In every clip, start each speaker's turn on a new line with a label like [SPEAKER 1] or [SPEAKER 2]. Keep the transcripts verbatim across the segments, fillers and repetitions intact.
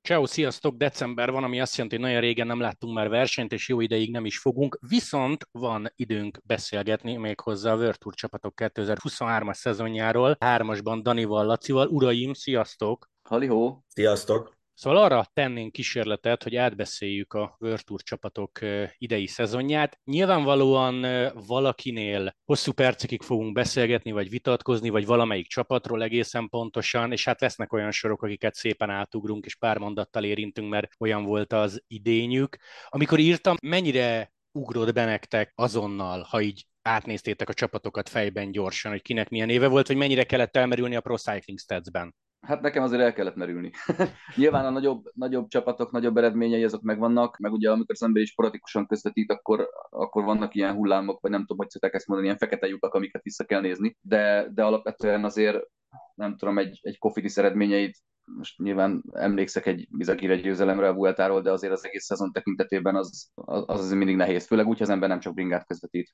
[SPEAKER 1] Ciao, sziasztok! December van, ami azt jelenti, hogy nagyon régen nem láttunk már versenyt, és jó ideig nem is fogunk. Viszont van időnk beszélgetni méghozzá a World Tour csapatok kétezer-huszonhármas szezonjáról. Hármasban Danival, Lacival. Uraim, sziasztok!
[SPEAKER 2] Halihó,
[SPEAKER 3] Sziasztok!
[SPEAKER 1] Szóval arra tennénk kísérletet, hogy átbeszéljük a World Tour csapatok ö, idei szezonját. Nyilvánvalóan ö, valakinél hosszú percekig fogunk beszélgetni, vagy vitatkozni, vagy valamelyik csapatról egészen pontosan, és hát lesznek olyan sorok, akiket szépen átugrunk, és pár mondattal érintünk, mert olyan volt az idényük. Amikor írtam, mennyire ugrott be nektek azonnal, ha így átnéztétek a csapatokat fejben gyorsan, hogy kinek milyen éve volt, vagy mennyire kellett elmerülni a Pro Cycling Stats-ben?
[SPEAKER 2] hát nekem azért el kellett merülni. Nyilván a nagyobb, nagyobb csapatok, nagyobb eredményei azok megvannak, meg ugye amikor az ember is sportikusan közvetít, akkor, akkor vannak ilyen hullámok, vagy nem tudom, hogy szokták ezt mondani, ilyen fekete lyukak, amiket vissza kell nézni, de, de alapvetően azért nem tudom, egy, egy Cofidis eredményeit, most nyilván emlékszek egy Bizagire győzelemre a Vueltáról, de azért az egész szezon tekintetében az, az, az azért mindig nehéz, főleg úgy, ha az ember nem csak bringát közvetít.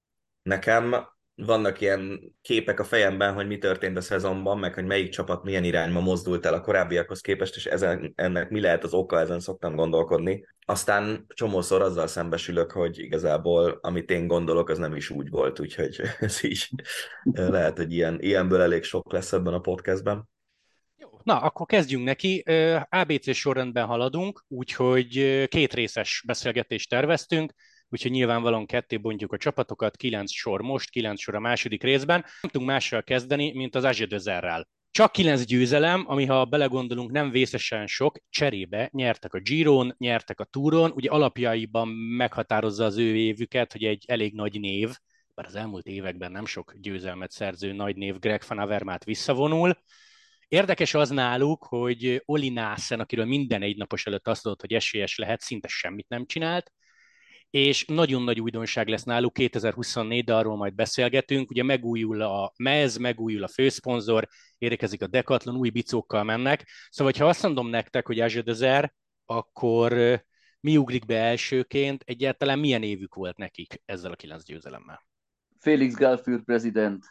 [SPEAKER 3] Nekem vannak ilyen képek a fejemben, hogy mi történt a szezonban, meg hogy melyik csapat milyen irányba mozdult el a korábbiakhoz képest, és ezen, ennek mi lehet az oka, ezen szoktam gondolkodni. Aztán csomószor azzal szembesülök, hogy igazából amit én gondolok, az nem is úgy volt, úgyhogy ez így lehet, hogy ilyen, ilyenből elég sok lesz ebben a podcastben.
[SPEAKER 1] Jó, na, akkor kezdjünk neki. Ö, á bé cé sorrendben haladunk, úgyhogy ö, két részes beszélgetést terveztünk, úgyhogy nyilvánvalóan ketté bontjuk a csapatokat, kilenc sor most, kilenc sor a második részben. Nem tudunk mással kezdeni, mint az Age Dezerrel. Csak kilenc győzelem, ami ha belegondolunk nem vészesen sok, cserébe nyertek a Giron, nyertek a Touron, ugye alapjaiban meghatározza az ő évüket, hogy egy elég nagy név, bár az elmúlt években nem sok győzelmet szerző nagy név Greg van Avermaet visszavonul. Érdekes az náluk, hogy Oli Naassen, akiről minden egy napos előtt azt mondott, hogy esélyes lehet, szinte semmit nem csinált, és nagyon nagy újdonság lesz náluk kétezer-huszonnégy, de arról majd beszélgetünk. Ugye megújul a mez, megújul a főszponzor, érkezik a Decathlon, új bicókkal mennek. Szóval, ha azt mondom nektek, hogy Age Dezer, akkor mi ugrik be elsőként, egyáltalán milyen évük volt nekik ezzel a kilenc győzelemmel?
[SPEAKER 2] Félix Galfür prezident.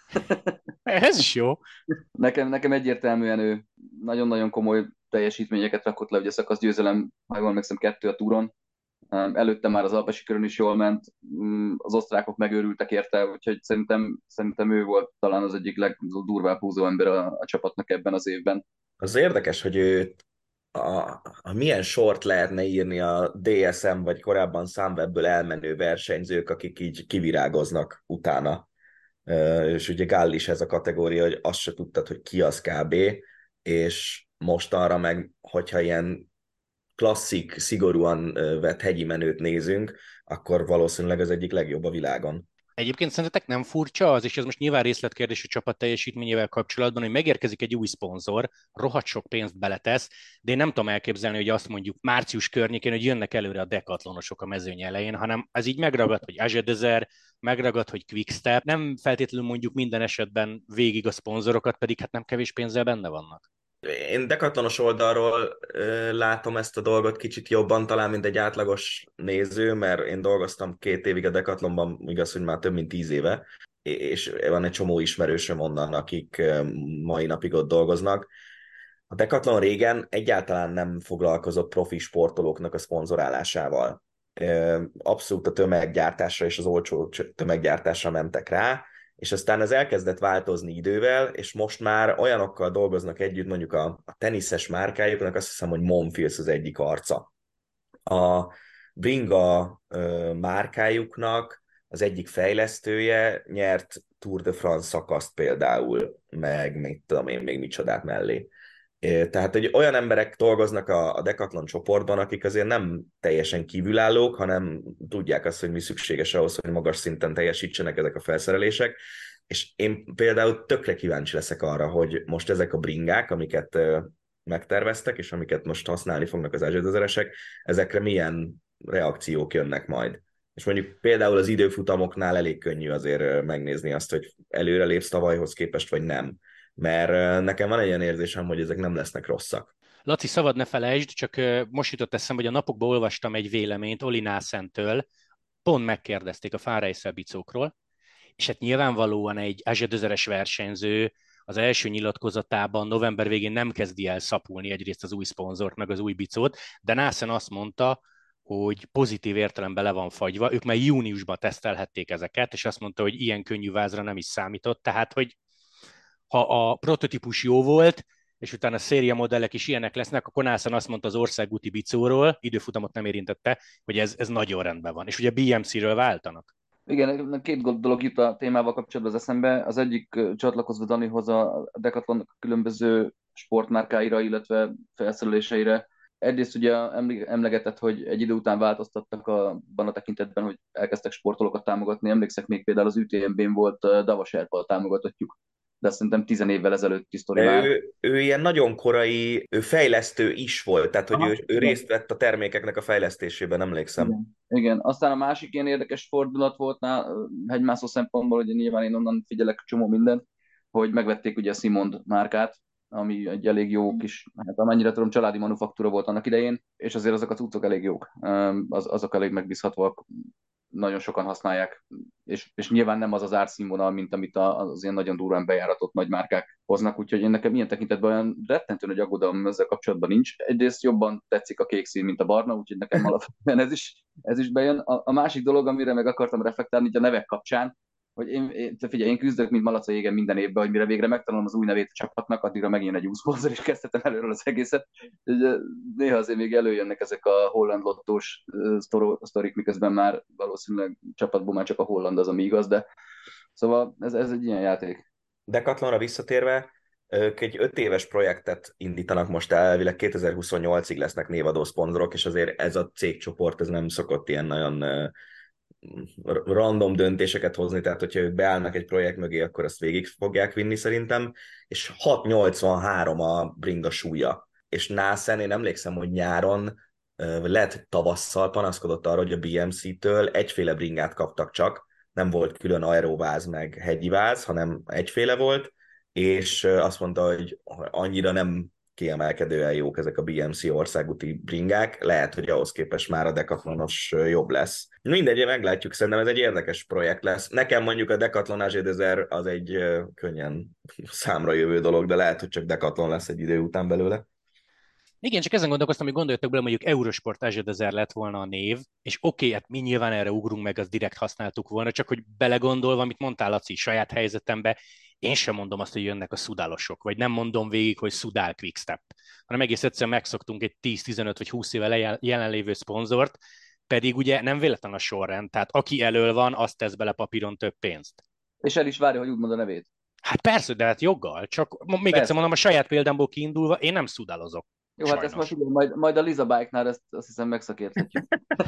[SPEAKER 1] Ez is jó.
[SPEAKER 2] Nekem, nekem egyértelműen ő nagyon-nagyon komoly teljesítményeket rakott le, ugye szakaszgyőzelem, ha jól emlékszem, kettő a túron. Előtte már az alpesi körön is jól ment, mm, az osztrákok megőrültek érte, úgyhogy szerintem, szerintem ő volt talán az egyik legdurvább húzó ember a, a csapatnak ebben az évben.
[SPEAKER 3] Az érdekes, hogy őt a, a milyen sort lehetne írni a dé es em vagy korábban Sunwebből elmenő versenyzők, akik így kivirágoznak utána. Ö, És ugye Gall is ez a kategória, hogy azt se tudtad, hogy ki az kb. És mostanra meg, hogyha ilyen klasszik, szigorúan ö, vett hegyi menőt nézünk, akkor valószínűleg az egyik legjobb a világon.
[SPEAKER 1] Egyébként szerintetek nem furcsa az, és ez most nyilván részletkérdés a csapat teljesítményével kapcsolatban, hogy megérkezik egy új szponzor, rohadt sok pénzt beletesz, de én nem tudom elképzelni, hogy azt mondjuk március környékén, hogy jönnek előre a dekatlonosok a mezőny elején, hanem ez így megragad, hogy Age Dezer, megragad, hogy Quickstep, nem feltétlenül mondjuk minden esetben végig a szponzorokat, pedig hát nem kevés pénzzel benne vannak.
[SPEAKER 3] Én dekatlanos oldalról ö, látom ezt a dolgot kicsit jobban talán, mint egy átlagos néző, mert én dolgoztam két évig a Decathlonban, igaz, hogy már több mint tíz éve, és van egy csomó ismerősöm onnan, akik ö, mai napig ott dolgoznak. A Decathlon régen egyáltalán nem foglalkozott profi sportolóknak a szponzorálásával. Ö, Abszolút a tömeggyártásra és az olcsó tömeggyártásra mentek rá, és aztán ez elkezdett változni idővel, és most már olyanokkal dolgoznak együtt, mondjuk a, a teniszes márkájuknak, azt hiszem, hogy Monfils az egyik arca. A Bringa ö, márkájuknak az egyik fejlesztője nyert Tour de France szakaszt például, meg mit tudom én, még micsodát mellé. É, Tehát, hogy olyan emberek dolgoznak a, a Decathlon csoportban, akik azért nem teljesen kívülállók, hanem tudják azt, hogy mi szükséges ahhoz, hogy magas szinten teljesítsenek ezek a felszerelések. És én például tökre kíváncsi leszek arra, hogy most ezek a bringák, amiket ö, megterveztek, és amiket most használni fognak az ázsiadezeresek, ezekre milyen reakciók jönnek majd. És mondjuk például az időfutamoknál elég könnyű azért ö, megnézni azt, hogy előre lépsz tavalyhoz képest, vagy nem, mert nekem van egy olyan érzésem, hogy ezek nem lesznek rosszak.
[SPEAKER 1] Laci, szabad ne felejtsd, csak ö, most jutott eszembe, hogy a napokban olvastam egy véleményt Oli Nászentől, pont megkérdezték a Fáraiszel bicókról, és hát nyilvánvalóan egy Age Dezeres versenyző az első nyilatkozatában november végén nem kezdi el szapulni egyrészt az új szponzort, meg az új bicót, de Násen azt mondta, hogy pozitív értelemben le van fagyva. Ők már júniusban tesztelhették ezeket, és azt mondta, hogy ilyen könnyű vázra nem is számított. Tehát, hogy ha a prototípus jó volt, és utána a széria modellek is ilyenek lesznek, akkor Násen azt mondta az országúti bicóról, időfutamot nem érintette, hogy ez, ez nagyon rendben van. És ugye bé em cé-ről váltanak.
[SPEAKER 2] Igen, két dolog jut a témával kapcsolatban az eszembe. Az egyik csatlakozva Danihoz a Decathlonnak különböző sportmárkáira, illetve felszereléseire. Egyrészt ugye emlegetett, hogy egy idő után változtattak abban a tekintetben, hogy elkezdtek sportolókat támogatni. Emlékszek, még például az ü té em-ben volt Dava Sherpa támogatotjuk, de azt szerintem tíz évvel ezelőtti sztori már.
[SPEAKER 3] Ő, ő ilyen nagyon korai, ő fejlesztő is volt, tehát hogy
[SPEAKER 2] Aha,
[SPEAKER 3] ő, ő részt vett a termékeknek a fejlesztésében, emlékszem.
[SPEAKER 2] Igen. Igen. Aztán a másik ilyen érdekes fordulat volt nál, hegymászó szempontból, hogy nyilván én onnan figyelek csomó mindent, hogy megvették ugye a Simond márkát, ami egy elég jó kis, hát amennyire tudom, családi manufaktúra volt annak idején, és azért azok a cuccok elég jók, az, azok elég megbízhatóak, nagyon sokan használják, és, és nyilván nem az az árszínvonal, mint amit az ilyen nagyon durván bejáratott nagy márkák hoznak, úgyhogy én nekem ilyen tekintetben olyan rettentő nagy aggodalom ezzel kapcsolatban nincs. Egyrészt jobban tetszik a kék szín, mint a barna, úgyhogy nekem alapvetően ez is, ez is bejön. A, a másik dolog, amire meg akartam reflektálni, így a nevek kapcsán, hogy én, én, figyelj, én küzdök, mint malaca égen minden évben, hogy mire végre megtanulom az új nevét a csapatnak, addigra megint egy új szponzor, és kezdhetem előről az egészet. Ugye, néha azért még előjönnek ezek a holland lottós sztorik, miközben már valószínűleg csapatból már csak a holland az, ami igaz, de szóval ez, ez egy ilyen játék.
[SPEAKER 3] Decathlonra visszatérve, ők egy öt éves projektet indítanak most el, elvileg kétezer-huszonnyolcig lesznek névadó szponzorok, és azért ez a cégcsoport ez nem szokott ilyen nagyon random döntéseket hozni, tehát hogyha ők beállnak egy projekt mögé, akkor azt végig fogják vinni szerintem, és hat nyolcvanhárom a bringa súlya. És Násen, én emlékszem, hogy nyáron, vagy lehet, hogy tavasszal panaszkodott arra, hogy a bé em cé-től egyféle bringát kaptak csak, nem volt külön aerováz meg hegyi váz, hanem egyféle volt, és azt mondta, hogy annyira nem kiemelkedően jók ezek a bé em cé országúti bringák, lehet, hogy ahhoz képest már a Decathlonos jobb lesz. Mindegy, meglátjuk, szerintem ez egy érdekes projekt lesz. Nekem mondjuk a Decathlon á gé Desert az egy könnyen számra jövő dolog, de lehet, hogy csak Decathlon lesz egy idő után belőle.
[SPEAKER 1] Igen, csak ezen gondolkoztam, hogy gondoljatok bele, mondjuk Eurosport Azure Desert lett volna a név, és oké, okay, hát mi nyilván erre ugrunk meg, az direkt használtuk volna, csak hogy belegondolva, amit mondtál, Laci, saját helyzetembe, én sem mondom azt, hogy jönnek a szudálosok, vagy nem mondom végig, hogy szudál Quickstep, hanem egész egyszerűen megszoktunk egy tíz, tizenöt vagy húsz éve jelenlévő szponzort, pedig ugye nem véletlen a sorrend, tehát aki elől van, azt tesz bele papíron több pénzt.
[SPEAKER 2] És el is várja, hogy úgy mond a nevét.
[SPEAKER 1] Hát persze, de hát joggal, csak még persze. Egyszer mondom, a saját példámból kiindulva, én nem szudálozok.
[SPEAKER 2] Jó, hát
[SPEAKER 1] Sajnos.
[SPEAKER 2] ezt most igen, majd, majd a Liza Bike-nál ezt azt hiszem megszakérthetjük.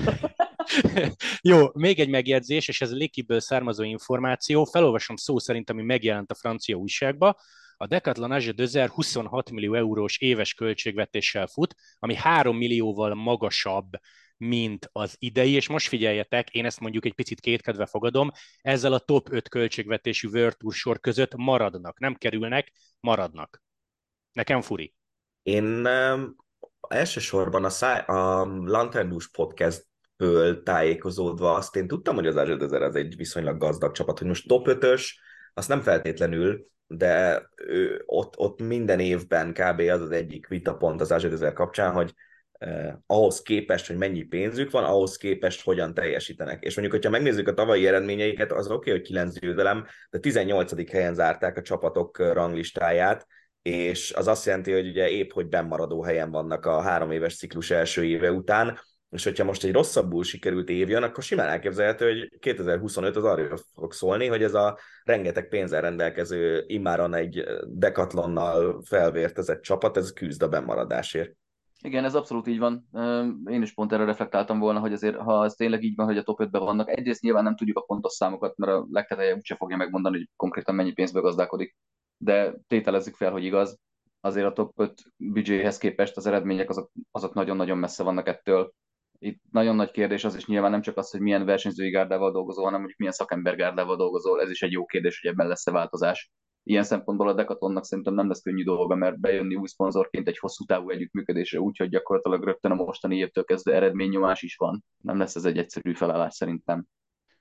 [SPEAKER 1] Jó, még egy megjegyzés, és ez a Likiből származó információ, felolvasom szó szerint, ami megjelent a francia újságba. A Decathlon á gé Desert huszonhat millió eurós éves költségvetéssel fut, ami három millióval magasabb, mint az idei, és most figyeljetek, én ezt mondjuk egy picit kétkedve fogadom, ezzel a top öt költségvetésű World Tour sor között maradnak, nem kerülnek, maradnak. Nekem furi.
[SPEAKER 3] Én um, elsősorban a, szá- a Lanternus podcastből tájékozódva azt én tudtam, hogy az á gé Desert az egy viszonylag gazdag csapat, hogy most top ötös, azt nem feltétlenül, de ő, ott, ott minden évben kb. Az az egyik vitapont az á gé Desert kapcsán, hogy eh, ahhoz képest, hogy mennyi pénzük van, ahhoz képest hogyan teljesítenek. És mondjuk, hogyha megnézzük a tavalyi eredményeiket, az oké, okay, hogy kilenc győzelem, de tizennyolcadik helyen zárták a csapatok ranglistáját, és az azt jelenti, hogy ugye épp, hogy bennmaradó helyen vannak a három éves ciklus első éve után, és hogyha most egy rosszabbul sikerült év jön, akkor simán elképzelhető, hogy kétezer-huszonöt az arra fog szólni, hogy ez a rengeteg pénzzel rendelkező, immáron egy Decathlonnal felvértezett csapat, ez küzd a bennmaradásért.
[SPEAKER 2] Igen, ez abszolút így van. Én is pont erre reflektáltam volna, hogy azért, ha ez tényleg így van, hogy a top ötben vannak, egyrészt nyilván nem tudjuk a pontos számokat, mert a legteteje úgyse fogja megmondani, hogy konkrétan mennyi pénzből gazdálkodik, de tételezzük fel, hogy igaz. Azért a top öt büdzséhez képest az eredmények azok, azok nagyon-nagyon messze vannak ettől. Itt nagyon nagy kérdés az is nyilván nem csak az, hogy milyen versenyzői gárdával dolgozol, hanem mondjuk milyen szakembergárdával dolgozol. Ez is egy jó kérdés, hogy ebben lesz-e változás. Ilyen szempontból a Decathlonnak szerintem nem lesz könnyű dolga, mert bejönni új szponzorként egy hosszú távú együttműködésre úgy, hogy gyakorlatilag rögtön a mostani évtől kezdve eredménynyomás is van. Nem lesz ez egy egyszerű felállás szerintem.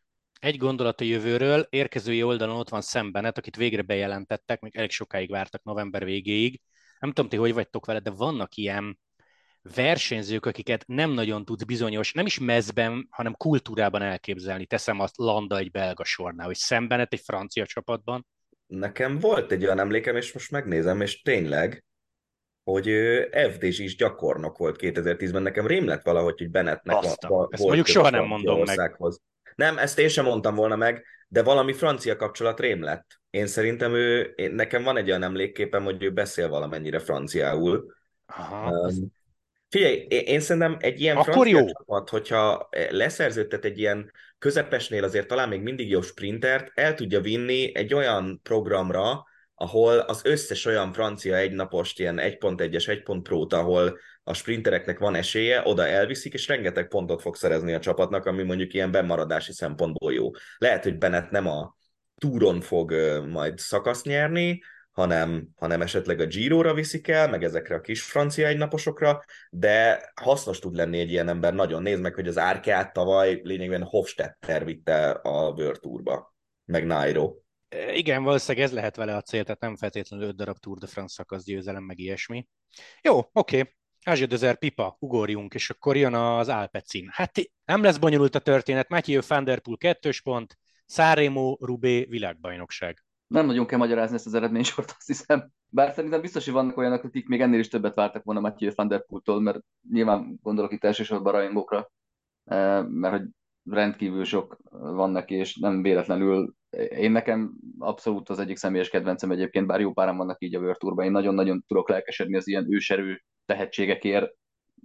[SPEAKER 1] Egy gondolat a jövőről, érkezői oldalon ott van Sam Bennett, akit végre bejelentettek, még elég sokáig vártak november végéig. Nem tudom, ti hogy vagytok vele, de vannak ilyen versenyzők, akiket nem nagyon tudsz bizonyos, nem is mezben, hanem kultúrában elképzelni. Teszem azt Landa egy belga sornál, hogy Sam Bennett egy francia csapatban.
[SPEAKER 3] Nekem volt egy olyan emlékem, és most megnézem, és tényleg, hogy ő ef dé zsés gyakornok volt kétezer-tízben. Nekem rém lett valahogy, hogy Bennettnek va-
[SPEAKER 1] Baszta.
[SPEAKER 3] va-
[SPEAKER 1] Ezt
[SPEAKER 3] volt
[SPEAKER 1] mondjuk
[SPEAKER 3] köze
[SPEAKER 1] soha nem mondom meg.
[SPEAKER 3] Franciaországhoz. Nem, ezt én sem mondtam volna meg, de valami francia kapcsolat rém lett. Én szerintem ő, én, nekem van egy olyan emlékképem, hogy ő beszél valamennyire franciául.
[SPEAKER 1] Aha, az...
[SPEAKER 3] Um, Figyelj, én, én szerintem egy ilyen
[SPEAKER 1] Akkor
[SPEAKER 3] francia
[SPEAKER 1] jó.
[SPEAKER 3] csapat, hogyha leszerződtet egy ilyen közepesnél azért talán még mindig jó sprintert, el tudja vinni egy olyan programra, ahol az összes olyan francia egynapost, ilyen egy pont egyes, egy pont prót, ahol a sprintereknek van esélye, oda elviszik, és rengeteg pontot fog szerezni a csapatnak, ami mondjuk ilyen bemaradási szempontból jó. Lehet, hogy Bennett nem a túron fog ö, majd szakaszt nyerni, hanem, hanem esetleg a Giro-ra viszik el, meg ezekre a kis francia egynaposokra, de hasznos tud lenni egy ilyen ember. Nagyon nézd meg, hogy az Árkát tavaly lényegében Hofstetter vitte a World Tourba, meg Nairo.
[SPEAKER 1] Igen, valószínűleg ez lehet vele a cél, tehát nem feltétlenül öt darab Tour de France szakasz győzelem, meg ilyesmi. Jó, oké. Okay. Ázsia Dözer Pipa, ugorjunk, és akkor jön az Alpecin. Hát nem lesz bonyolult a történet. Mathieu van der Poel kettős pont, Sanremo Roubaix világbajnokság.
[SPEAKER 2] Nem nagyon kell magyarázni ezt az eredménysort, azt hiszem. Bár szerintem biztos, hogy vannak olyanok, akik még ennél is többet vártak volna Mathieu van der Poeltól, mert nyilván gondolok itt elsősorban rajongókra, eh, mert hogy rendkívül sok van neki, és nem véletlenül. Én nekem abszolút az egyik személyes kedvencem egyébként, bár jó páran vannak így a World Tourban. Én nagyon-nagyon tudok lelkesedni az ilyen őserő tehetségekért.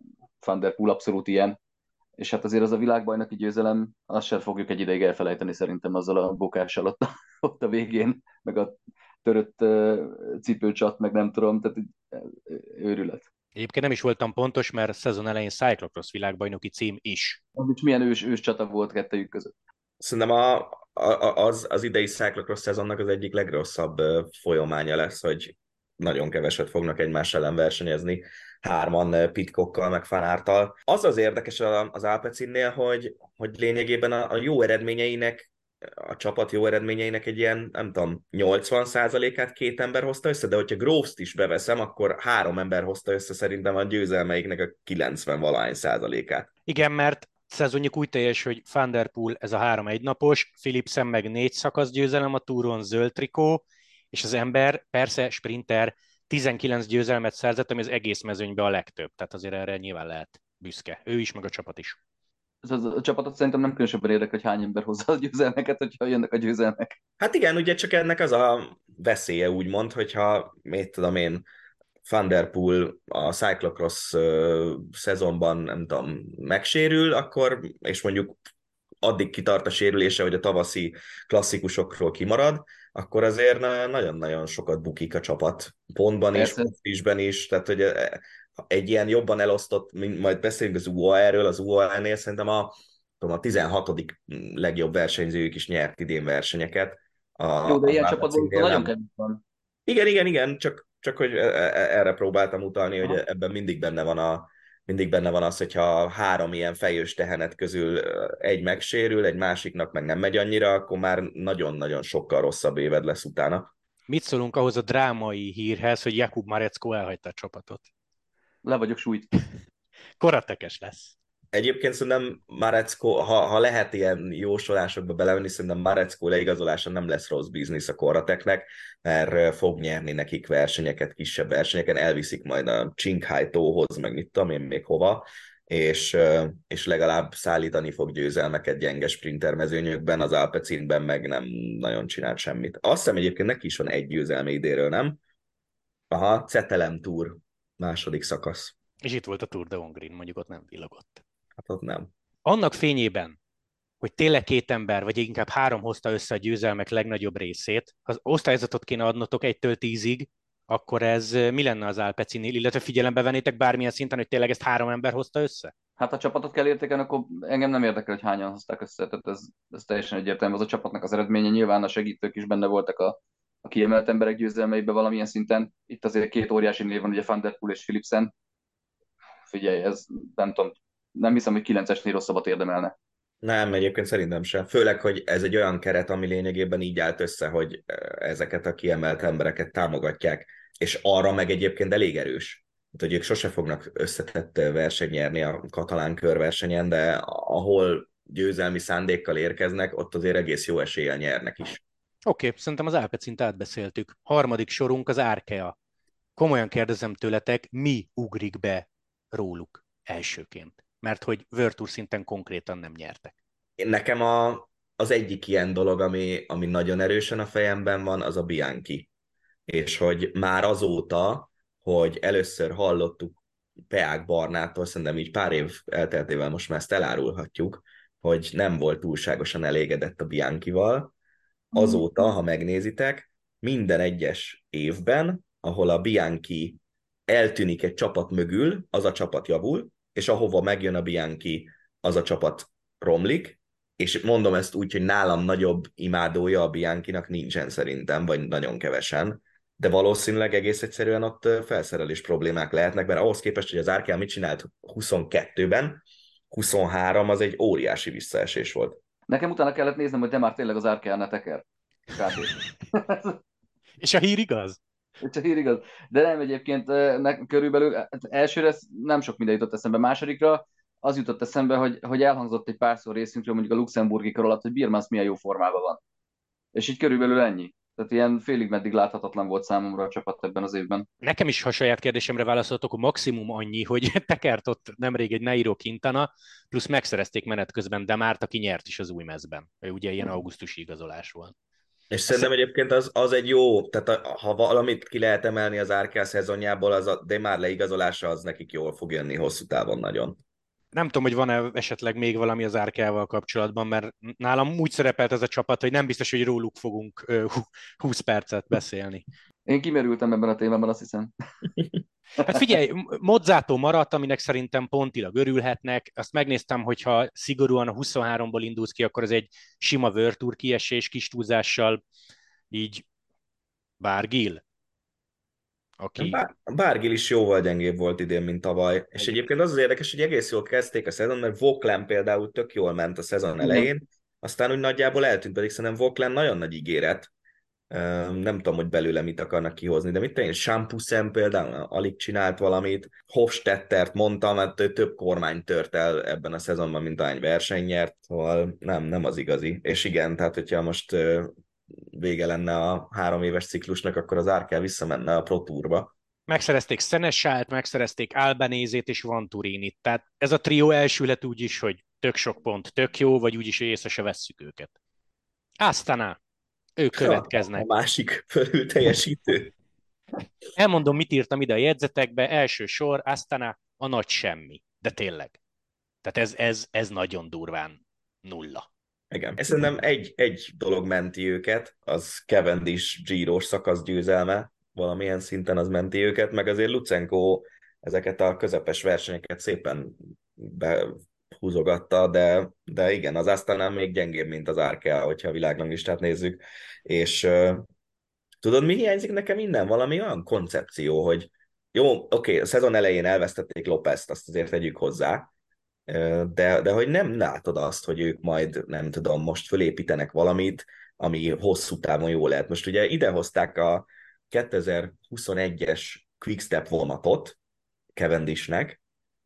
[SPEAKER 2] Van der Poel abszolút ilyen. És hát azért az a világbajnoki győzelem, azt sem fogjuk egy ideig elfelejteni szerintem azzal a bokással ott a, ott a végén, meg a törött uh, cipőcsat, meg nem tudom, tehát uh, őrület.
[SPEAKER 1] Egyébként nem is voltam pontos, mert szezon elején Cyclocross világbajnoki cím is.
[SPEAKER 2] Az is milyen ős, ős csata volt kettejük között.
[SPEAKER 3] Szerintem a, a, az, az idei Cyclocross szezonnak az egyik legrosszabb ö, folyamánya lesz, hogy nagyon keveset fognak egymás ellen versenyezni, hárman ö, Pitcockkal, meg Fanártal. Az az érdekes a- az Alpecinnél, hogy, hogy lényegében a, a jó eredményeinek, a csapat jó eredményeinek egy ilyen, nem tudom, nyolcvan százalékát két ember hozta össze, de hogyha Groves-t is beveszem, akkor három ember hozta össze szerintem a győzelmeiknek a kilencven valahány százalékát.
[SPEAKER 1] Igen, mert szezonjuk úgy teljes, hogy Van der Poel ez a három egynapos, Philipsen meg négy szakasz győzelem a túron, zöld trikó, és az ember persze sprinter tizenkilenc győzelmet szerzett, ami az egész mezőnyben a legtöbb. Tehát azért erre nyilván lehet büszke. Ő is, meg a csapat is.
[SPEAKER 2] Ez az, a csapatot szerintem nem különösebben érdekel, hogy hány ember hozza a győzelmeket, hogyha jönnek a győzelmek.
[SPEAKER 3] Hát igen, ugye csak ennek az a veszélye úgymond, hogyha, mit tudom én, Van der Poel a Cyclocross uh, szezonban, nem tudom, megsérül, akkor, és mondjuk addig kitart a sérülése, hogy a tavaszi klasszikusokról kimarad, akkor azért nagyon-nagyon sokat bukik a csapat. Pontban is,
[SPEAKER 2] Persze.
[SPEAKER 3] pontfisben is, tehát hogy egy ilyen jobban elosztott, majd beszélünk az u á é-ről, az u á é-nél szerintem a, tudom, a tizenhatodik legjobb versenyzőjük is nyert idén versenyeket. A,
[SPEAKER 2] Jó, de
[SPEAKER 3] az
[SPEAKER 2] ilyen csapatból
[SPEAKER 3] Alpecinnél
[SPEAKER 2] nagyon
[SPEAKER 3] nem.
[SPEAKER 2] kevés van.
[SPEAKER 3] Igen, igen, igen, csak, csak hogy e- e- erre próbáltam utalni, hogy
[SPEAKER 2] Aha.
[SPEAKER 3] ebben mindig benne van a, mindig benne van az, hogyha három ilyen fejős tehenet közül egy megsérül, egy másiknak meg nem megy annyira, akkor már nagyon-nagyon sokkal rosszabb éved lesz utána.
[SPEAKER 1] Mit szólunk ahhoz a drámai hírhez, hogy Jakub Marecko elhagyta a csapatot?
[SPEAKER 2] Le vagyok sújt.
[SPEAKER 1] Koratekes lesz.
[SPEAKER 3] Egyébként szerintem Marecko, ha, ha lehet ilyen jósolásokba belevenni, szerintem Marecko leigazolása nem lesz rossz biznisz a Korrateknek, mert fog nyerni nekik versenyeket, kisebb versenyeken, elviszik majd a Qinghai tóhoz, meg mit tudom én még hova, és, és legalább szállítani fog győzelmeket gyenge sprinter mezőnyökben, az Alpecinben meg nem nagyon csinált semmit. Azt hiszem egyébként neki is van egy győzelme idéről, nem? Aha, Cetelem Tour, második szakasz.
[SPEAKER 1] És itt volt a Tour de Hongrin, mondjuk ott nem villogott.
[SPEAKER 3] Hát ott nem.
[SPEAKER 1] Annak fényében, hogy tényleg két ember, vagy inkább három hozta össze a győzelmek legnagyobb részét, ha az osztályzatot kéne adnotok egytől tízig, akkor ez mi lenne az Alpecinnél, illetve figyelembe vennétek bármilyen szinten, hogy tényleg ezt három ember hozta össze?
[SPEAKER 2] Hát ha csapatot kell értékelni, akkor engem nem érdekel, hogy hányan hozták össze. Tehát ez, ez teljesen egyértelmű. Az a csapatnak az eredménye. Nyilván a segítők is benne voltak a, a kiemelt emberek győzelmeiben valamilyen szinten. Itt azért két óriási név van, ugye Van der Poel és Philipsen. Figyelj, ez nem tudom, nem hiszem, hogy kilencesnél rosszabbat érdemelne.
[SPEAKER 3] Nem, egyébként szerintem sem. Főleg, hogy ez egy olyan keret, ami lényegében így állt össze, hogy ezeket a kiemelt embereket támogatják, és arra meg egyébként elég erős. Hát, hogy ők sose fognak összetett versenyt nyerni a katalán körversenyen, de ahol győzelmi szándékkal érkeznek, ott azért egész jó eséllyel nyernek is.
[SPEAKER 1] Oké, okay, szerintem az Alpecint átbeszéltük. Harmadik sorunk az Arkea. Komolyan kérdezem tőletek, mi ugrik be róluk elsőként? Mert hogy World Tour szinten konkrétan nem nyertek.
[SPEAKER 3] Nekem a, az egyik ilyen dolog, ami, ami nagyon erősen a fejemben van, az a Bianchi. És hogy már azóta, hogy először hallottuk Peák Barnától, szerintem így pár év elteltével most már ezt elárulhatjuk, hogy nem volt túlságosan elégedett a Bianchival. Azóta, ha megnézitek, minden egyes évben, ahol a Bianchi eltűnik egy csapat mögül, az a csapat javul, és ahova megjön a Bianchi, az a csapat romlik, és mondom ezt úgy, hogy nálam nagyobb imádója a Bianchinak nincsen szerintem, vagy nagyon kevesen, de valószínűleg egész egyszerűen ott felszerelés problémák lehetnek, mert ahhoz képest, hogy az Arkea mit csinált huszonkettőben, huszonhárom az egy óriási visszaesés volt.
[SPEAKER 2] Nekem utána kellett néznem, hogy de már tényleg az Arkea teker. ká té.
[SPEAKER 1] És a hír igaz?
[SPEAKER 2] Csak hír igaz. De nem egyébként ne, körülbelül hát elsőre nem sok minden jutott eszembe. Másodikra az jutott eszembe, hogy, hogy elhangzott egy párszor részünkről mondjuk a luxemburgi kör alatt, hogy Birmans milyen jó formában van. És így körülbelül ennyi. Tehát ilyen félig meddig láthatatlan volt számomra a csapat ebben az évben.
[SPEAKER 1] Nekem is, ha saját kérdésemre válaszoltok, a maximum annyi, hogy tekert ott nemrég egy Nairo Quintana, plusz megszerezték menet közben Demárt, aki nyert is az új mezben. Ő ugye ilyen augusztusi igazolás volt.
[SPEAKER 3] És szerintem egyébként az, az egy jó, tehát a, ha valamit ki lehet emelni az Arkea szezonjából, az a Demar leigazolása, az nekik jól fog jönni hosszú távon nagyon.
[SPEAKER 1] Nem tudom, hogy van-e esetleg még valami az Árkával kapcsolatban, mert nálam úgy szerepelt ez a csapat, hogy nem biztos, hogy róluk fogunk húsz percet beszélni.
[SPEAKER 2] Én kimerültem ebben a témában, azt hiszem.
[SPEAKER 1] Hát figyelj, Mozzato maradt, aminek szerintem pontilag örülhetnek. Azt megnéztem, hogyha szigorúan a huszonháromból indulsz ki, akkor ez egy sima World Tour kiesés, kis túlzással, így Bárgil, aki...
[SPEAKER 3] Bár, Bárgil is jóval gyengébb volt idén, mint tavaly. És
[SPEAKER 1] Egy...
[SPEAKER 3] egyébként az az érdekes, hogy egész jól kezdték a szezon, mert Vauquelin például tök jól ment a szezon elején, aztán úgy nagyjából eltűnt, pedig szerintem Vauquelin nagyon nagy ígéret. Nem tudom, hogy belőle mit akarnak kihozni, de mit tenni? Champusen például alig csinált valamit. Hofstettert mondtam, mert ő több kormány tört el ebben a szezonban, mint ahány verseny nyert, szóval nem, nem az igazi. És igen, tehát hogyha most vége lenne a három éves ciklusnak, akkor az Arkea visszamenne a Pro Tourba.
[SPEAKER 1] Megszerezték Szenesált, megszerezték Albanézét és Vanturinit. Tehát ez a trió elsülhet úgy is, hogy tök sok pont, tök jó, vagy úgy is, hogy észre se vesszük őket. Aztán ők következnek.
[SPEAKER 3] A másik fölül teljesítő.
[SPEAKER 1] Elmondom, mit írtam ide a jegyzetekbe. Első sor, aztán a nagy semmi. De tényleg. Tehát ez, ez, ez nagyon durván nulla.
[SPEAKER 3] Igen. Szerintem egy, egy dolog menti őket, az Cavendish Giro-s szakasz győzelme, valamilyen szinten az menti őket, meg azért Lucenko ezeket a közepes versenyeket szépen behúzogatta, de, de igen, az aztán még gyengébb, mint az Arkea, hogyha a világranglistát nézzük, és uh, tudod, mi hiányzik nekem innen? Valami olyan koncepció, hogy jó, oké, okay, a szezon elején elvesztették Lópezt, azt azért tegyük hozzá, de, de hogy nem látod azt, hogy ők majd, nem tudom, most fölépítenek valamit, ami hosszú távon jó lehet. Most ugye idehozták a kétezer-huszonegyes Quickstep vonatot Cavendishnek,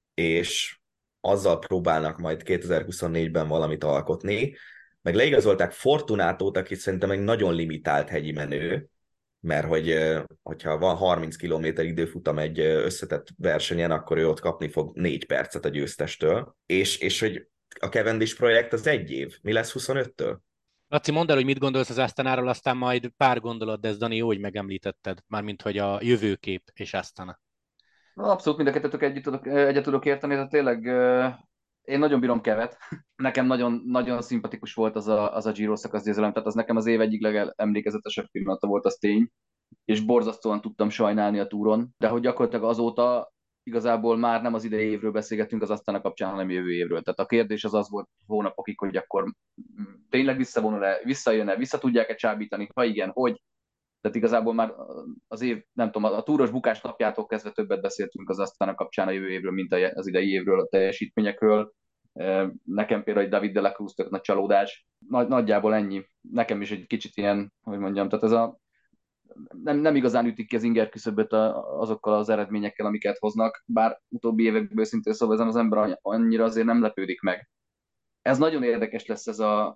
[SPEAKER 3] és azzal próbálnak majd kétezer-huszonnégyben valamit alkotni, meg leigazolták Fortunátót, aki szerintem egy nagyon limitált hegyi menő, mert hogy, hogyha van harminc kilométer időfutam egy összetett versenyen, akkor ő ott kapni fog négy percet a győztestől, és, és hogy a Cavendish projekt az egy év. Mi lesz huszonöttől?
[SPEAKER 1] Laci, mondd el, hogy mit gondolsz az Astanáról, aztán majd pár gondolat, de ez Dani jó, hogy megemlítetted, mármint hogy a jövőkép és Astana.
[SPEAKER 2] Abszolút mind a kettőtök egyet tudok, egyet tudok érteni, tehát tényleg én nagyon bírom Kevet. Nekem nagyon, nagyon szimpatikus volt az a, az a Giro szakasz győzelem, tehát az nekem az év egyik legemlékezetesebb pillanata volt, az tény, és borzasztóan tudtam sajnálni a túron, de hogy gyakorlatilag azóta igazából már nem az idei évről beszélgetünk az aztán kapcsán, hanem jövő évről. Tehát a kérdés az az volt hónapokig, hogy akkor tényleg visszavonul-e, visszajön-e, vissza tudják-e csábítani, ha igen, hogy. Tehát igazából már az év, nem tudom, a túros bukás napjától kezdve többet beszéltünk az aztán kapcsán a jövő évről, mint az idei évről, a teljesítményekről. Nekem például egy David de la Cruz tök nagy csalódás. Nagy, nagyjából ennyi. Nekem is egy kicsit ilyen, hogy mondjam, tehát ez a nem, nem igazán ütik ki az inger küszöböt azokkal az eredményekkel, amiket hoznak, bár utóbbi évekből szintén szóval ezen az ember annyira azért nem lepődik meg. Ez nagyon érdekes lesz ez a,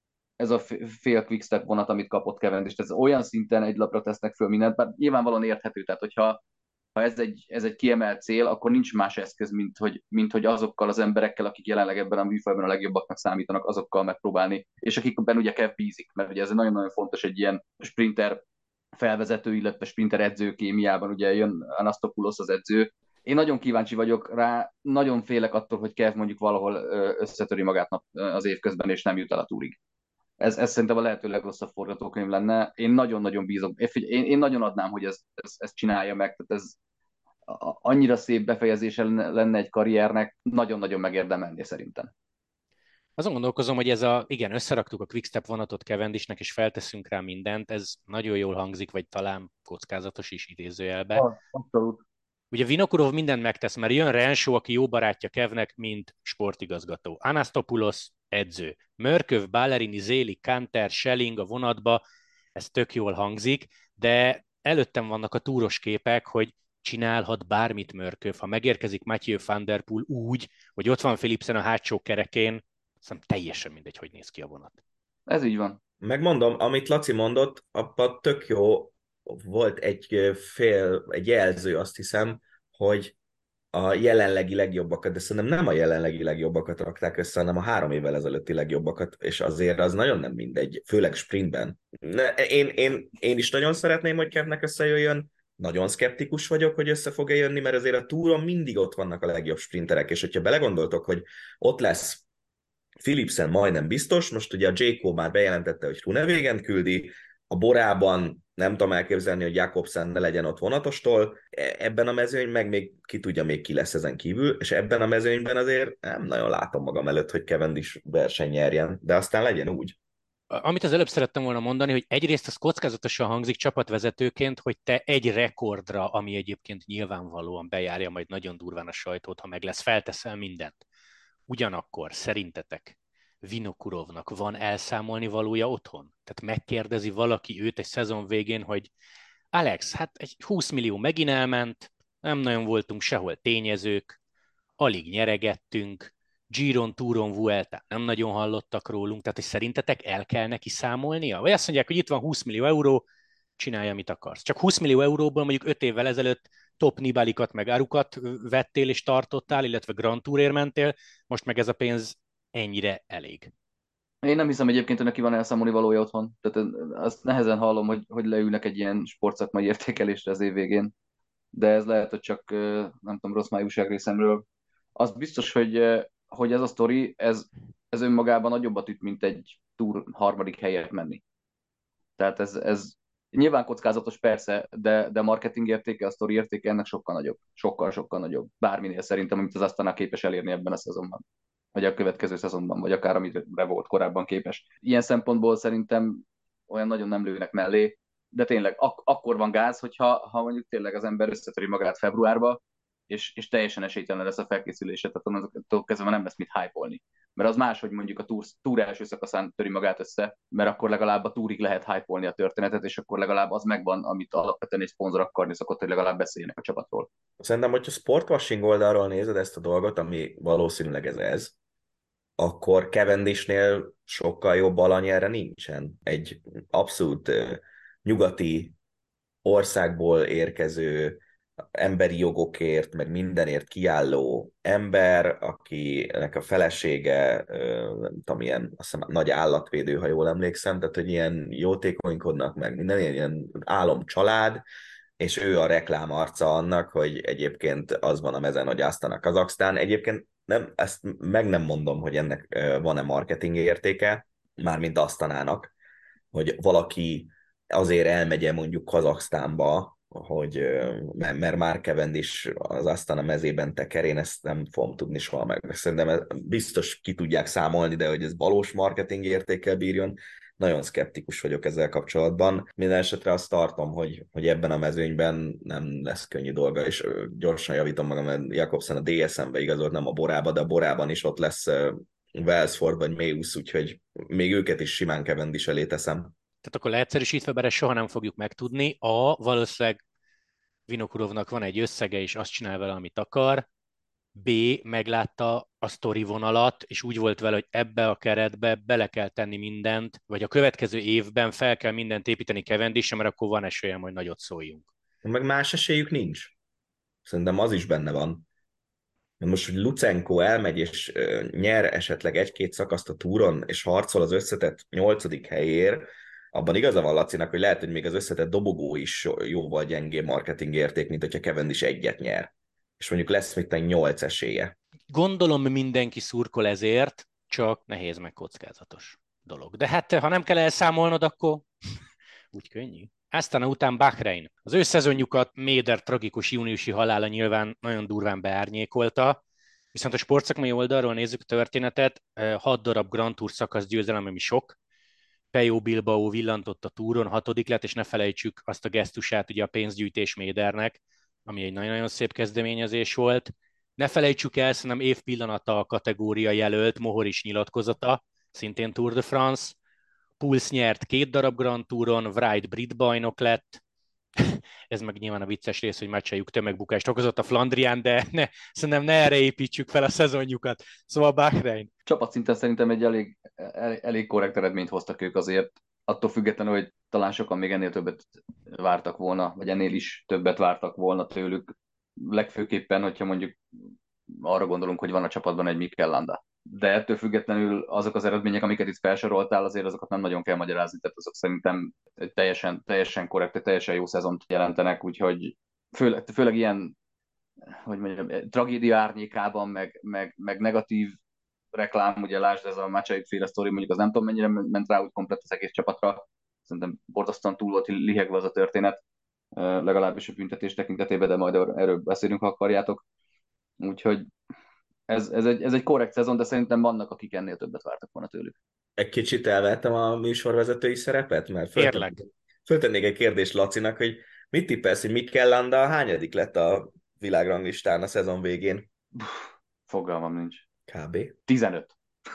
[SPEAKER 2] ez a fél quickstep vonat, amit kapott Cavendish. Ez olyan szinten egy lapra tesznek föl mindent, bár nyilvánvalóan érthető, tehát hogyha ha ez egy, ez egy kiemelt cél, akkor nincs más eszköz, mint hogy, mint hogy azokkal az emberekkel, akik jelenleg ebben a műfajban a legjobbaknak számítanak, azokkal megpróbálni, és akikben ugye Kev bízik, mert ugye ez nagyon-nagyon fontos egy ilyen sprinter felvezető, illetve sprinter edző kémiában, ugye jön Anastopoulos az edző. Én nagyon kíváncsi vagyok rá, nagyon félek attól, hogy Kev mondjuk valahol összetöri magát az év közben, és nem jut el a túrig. Ez, ez szerintem a lehető legrosszabb forgatókönyv lenne. Én nagyon-nagyon bízom. Én, én nagyon adnám, hogy ez, ez, ez csinálja meg. Tehát ez annyira szép befejezése lenne egy karriernek, nagyon-nagyon megérdemelni szerintem.
[SPEAKER 1] Azon gondolkozom, hogy ez a, igen, összeraktuk a Quickstep vonatot Cavendishnek, és felteszünk rá mindent, ez nagyon jól hangzik, vagy talán kockázatos is idézőjelbe.
[SPEAKER 2] Ah, abszolút.
[SPEAKER 1] Ugye Vinokurov mindent megtesz, mert jön Renshaw, aki jó barátja Kevnek, mint sportigazgató. Anastopoulos edző. Mörköv, Ballerini, Zéli, Kanter, Schelling a vonatba, ez tök jól hangzik, de előttem vannak a túros képek, hogy csinálhat bármit Mörköv. Ha megérkezik Mathieu van der Poel úgy, hogy ott van Philipsen a hátsó kerekén, aztán teljesen mindegy, hogy néz ki a vonat.
[SPEAKER 2] Ez így van.
[SPEAKER 3] Megmondom, amit Laci mondott, abban tök jó volt egy fél, egy jelző, azt hiszem, hogy a jelenlegi legjobbakat, de szerintem nem a jelenlegi legjobbakat rakták össze, hanem a három évvel ezelőtti legjobbakat, és azért az nagyon nem mindegy, főleg sprintben. Én, én, én is nagyon szeretném, hogy Kevnek összejöjjön, nagyon szkeptikus vagyok, hogy össze fog-e jönni, mert azért a túron mindig ott vannak a legjobb sprinterek, és hogyha belegondoltok, hogy ott lesz Philipsen majdnem biztos, most ugye a Jayco már bejelentette, hogy Groenewegen küldi, a Borában nem tudom elképzelni, hogy Jakobsen ne legyen ott vonatostól, ebben a mezőny meg még ki tudja még ki lesz ezen kívül, és ebben a mezőnyben azért nem nagyon látom magam előtt, hogy Cavendish verseny nyerjen, de aztán legyen úgy.
[SPEAKER 1] Amit az előbb szerettem volna mondani, hogy egyrészt az kockázatosan hangzik csapatvezetőként, hogy te egy rekordra, ami egyébként nyilvánvalóan bejárja majd nagyon durván a sajtót, ha meg lesz, felteszel mindent. Ugyanakkor szerintetek Vinokurovnak van elszámolni valója otthon? Tehát megkérdezi valaki őt egy szezon végén, hogy Alex, hát egy húsz millió megint elment, nem nagyon voltunk sehol tényezők, alig nyeregettünk, Giron, Touron, Vuelta nem nagyon hallottak rólunk, tehát hogy szerintetek el kell neki számolnia? Vagy azt mondják, hogy itt van húsz millió euró, csinálja, amit akarsz. Csak húsz millió euróból mondjuk öt évvel ezelőtt top Nibalikat meg Arukat vettél és tartottál, illetve Grand Tourért mentél, most meg ez a pénz ennyire elég.
[SPEAKER 2] Én nem hiszem egyébként, hogy neki van elszámolni valója otthon. Tehát azt nehezen hallom, hogy, hogy leülnek egy ilyen sportszakmai értékelésre az év végén. De ez lehet, hogy csak nem tudom, rossz májúság részemről. Az biztos, hogy, hogy ez a sztori, ez, ez önmagában nagyobbat üt, mint egy túr harmadik helyet menni. Tehát ez, ez nyilván kockázatos persze, de, de marketing értéke, a sztori értéke ennek sokkal nagyobb. Sokkal, sokkal nagyobb. Bárminél szerintem, amit az Astana képes elérni ebben a szezonban. Vagy a következő szezonban, vagy akár amire volt korábban képes. Ilyen szempontból szerintem olyan nagyon nem lőnek mellé, de tényleg ak- akkor van gáz, hogyha ha mondjuk tényleg az ember összetöri magát februárba, és, és teljesen esélytelen lesz a felkészülése, tehát onnantól kezdve nem lesz mit hype-olni. Mert az más, hogy mondjuk a túr, túr első szakaszán töri magát össze, mert akkor legalább a túrig lehet hype-olni a történetet, és akkor legalább az megvan, amit alapvetően egy szponzor akarni szokott, hogy legalább beszéljenek a csapatról.
[SPEAKER 3] Szerintem, hogyha sportwashing oldalról nézed ezt a dolgot, ami valószínűleg ez ez, akkor Cavendishnél sokkal jobb alany erre nincsen. Egy abszolút uh, nyugati országból érkező, emberi jogokért, meg mindenért kiálló ember, akinek a felesége, uh, nem tudom, ilyen azt hiszem, nagy állatvédő, ha jól emlékszem, tehát, hogy ilyen jótékonykodnak meg, minden ilyen álomcsalád, és ő a reklám arca annak, hogy egyébként az van a mezen, hogy Astana Kazaksztán. Egyébként nem, ezt meg nem mondom, hogy ennek van-e marketing értéke, mármint Astanának, hogy valaki azért elmegye mondjuk Kazaksztánba, hogy, mert már Cavendish az Astana mezében teker, én ezt nem fogom tudni soha meg. Szerintem biztos ki tudják számolni, de hogy ez valós marketing értékkel bírjon, nagyon szkeptikus vagyok ezzel kapcsolatban. Minden esetre azt tartom, hogy, hogy ebben a mezőnyben nem lesz könnyű dolga, és ö, gyorsan javítom magam, mert Jakobsen a dé es em-be igazolt, nem a Borába, de a Borában is ott lesz ö, Wellsford vagy Meus, úgyhogy még őket is simán Cavendish elé teszem.
[SPEAKER 1] Tehát akkor leegyszerűsítve, bár ezt soha nem fogjuk megtudni. A, valószínűleg Vinokurovnak van egy összege, és azt csinál vele, amit akar. B, meglátta a sztori vonalat, és úgy volt vele, hogy ebbe a keretbe bele kell tenni mindent, vagy a következő évben fel kell mindent építeni Cavendisre, mert akkor van esélye, hogy nagyot szóljunk.
[SPEAKER 3] Meg más esélyük nincs. Szerintem az is benne van. Most, hogy Lucenko elmegy és ö, nyer esetleg egy-két szakaszt a túron, és harcol az összetett nyolcadik helyér, abban igaza van Lacinak, hogy lehet, hogy még az összetett dobogó is jóval gyengébb marketing érték, mint hogyha Cavendish egyet nyer. És mondjuk lesz még egy nyolc esélye.
[SPEAKER 1] Gondolom mindenki szurkol ezért, csak nehéz meg kockázatos dolog. De hát ha nem kell elszámolnod, akkor úgy könnyű. Aztán után Bahrein. Az ő szezonjukat Méder tragikus júniusi halála nyilván nagyon durván beárnyékolta, viszont a sportszakmai oldalról nézzük a történetet, hat darab Grand Tour szakasz győzelem, ami sok. Pejo Bilbao villantott a túron, hatodik lett, és ne felejtsük azt a gesztusát ugye a pénzgyűjtés Médernek, ami egy nagyon-nagyon szép kezdeményezés volt. Ne felejtsük el, szerintem év pillanata a kategória jelölt, Mohoris nyilatkozata, szintén Tour de France. Puls nyert két darab Grand Touron, Wright brit bajnok lett, ez meg nyilván a vicces rész, hogy meccseljük tömegbukást okozott a Flandrián, de ne, szerintem ne erre építsük fel a szezonjukat. Szóval Bahrein.
[SPEAKER 2] Csapatszinten szerintem egy elég, elég, elég korrekt eredményt hoztak ők azért, attól függetlenül, hogy talán sokan még ennél többet vártak volna, vagy ennél is többet vártak volna tőlük. Legfőképpen, hogyha mondjuk arra gondolunk, hogy van a csapatban egy Mikel Landa. De ettől függetlenül azok az eredmények, amiket itt felsoroltál, azért azokat nem nagyon kell magyarázni, tehát azok szerintem egy teljesen, teljesen korrekt, egy teljesen jó szezont jelentenek, úgyhogy főleg, főleg ilyen, hogy mondjam, tragédia árnyékában, meg, meg, meg negatív reklám, ugye lásd, ez a Mácsaik féle sztori, mondjuk az nem tudom mennyire ment rá úgy komplet az egész csapatra, szerintem borzasztóan túl volt lihegve az a történet, legalábbis a büntetés tekintetében, de majd erről beszélünk, ha akarjátok. Úgyhogy ez, ez, egy, ez egy korrekt szezon, de szerintem vannak, akik ennél többet vártak volna tőlük.
[SPEAKER 3] Egy kicsit elvettem a műsorvezetői szerepet, mert föltennék, föltennék egy kérdést Lacinak, hogy mit tippelsz, hogy Mikel Landa hányadik lett a világranglistán a szezon végén?
[SPEAKER 2] Fogalmam nincs.
[SPEAKER 3] Kb.
[SPEAKER 2] tizenöt.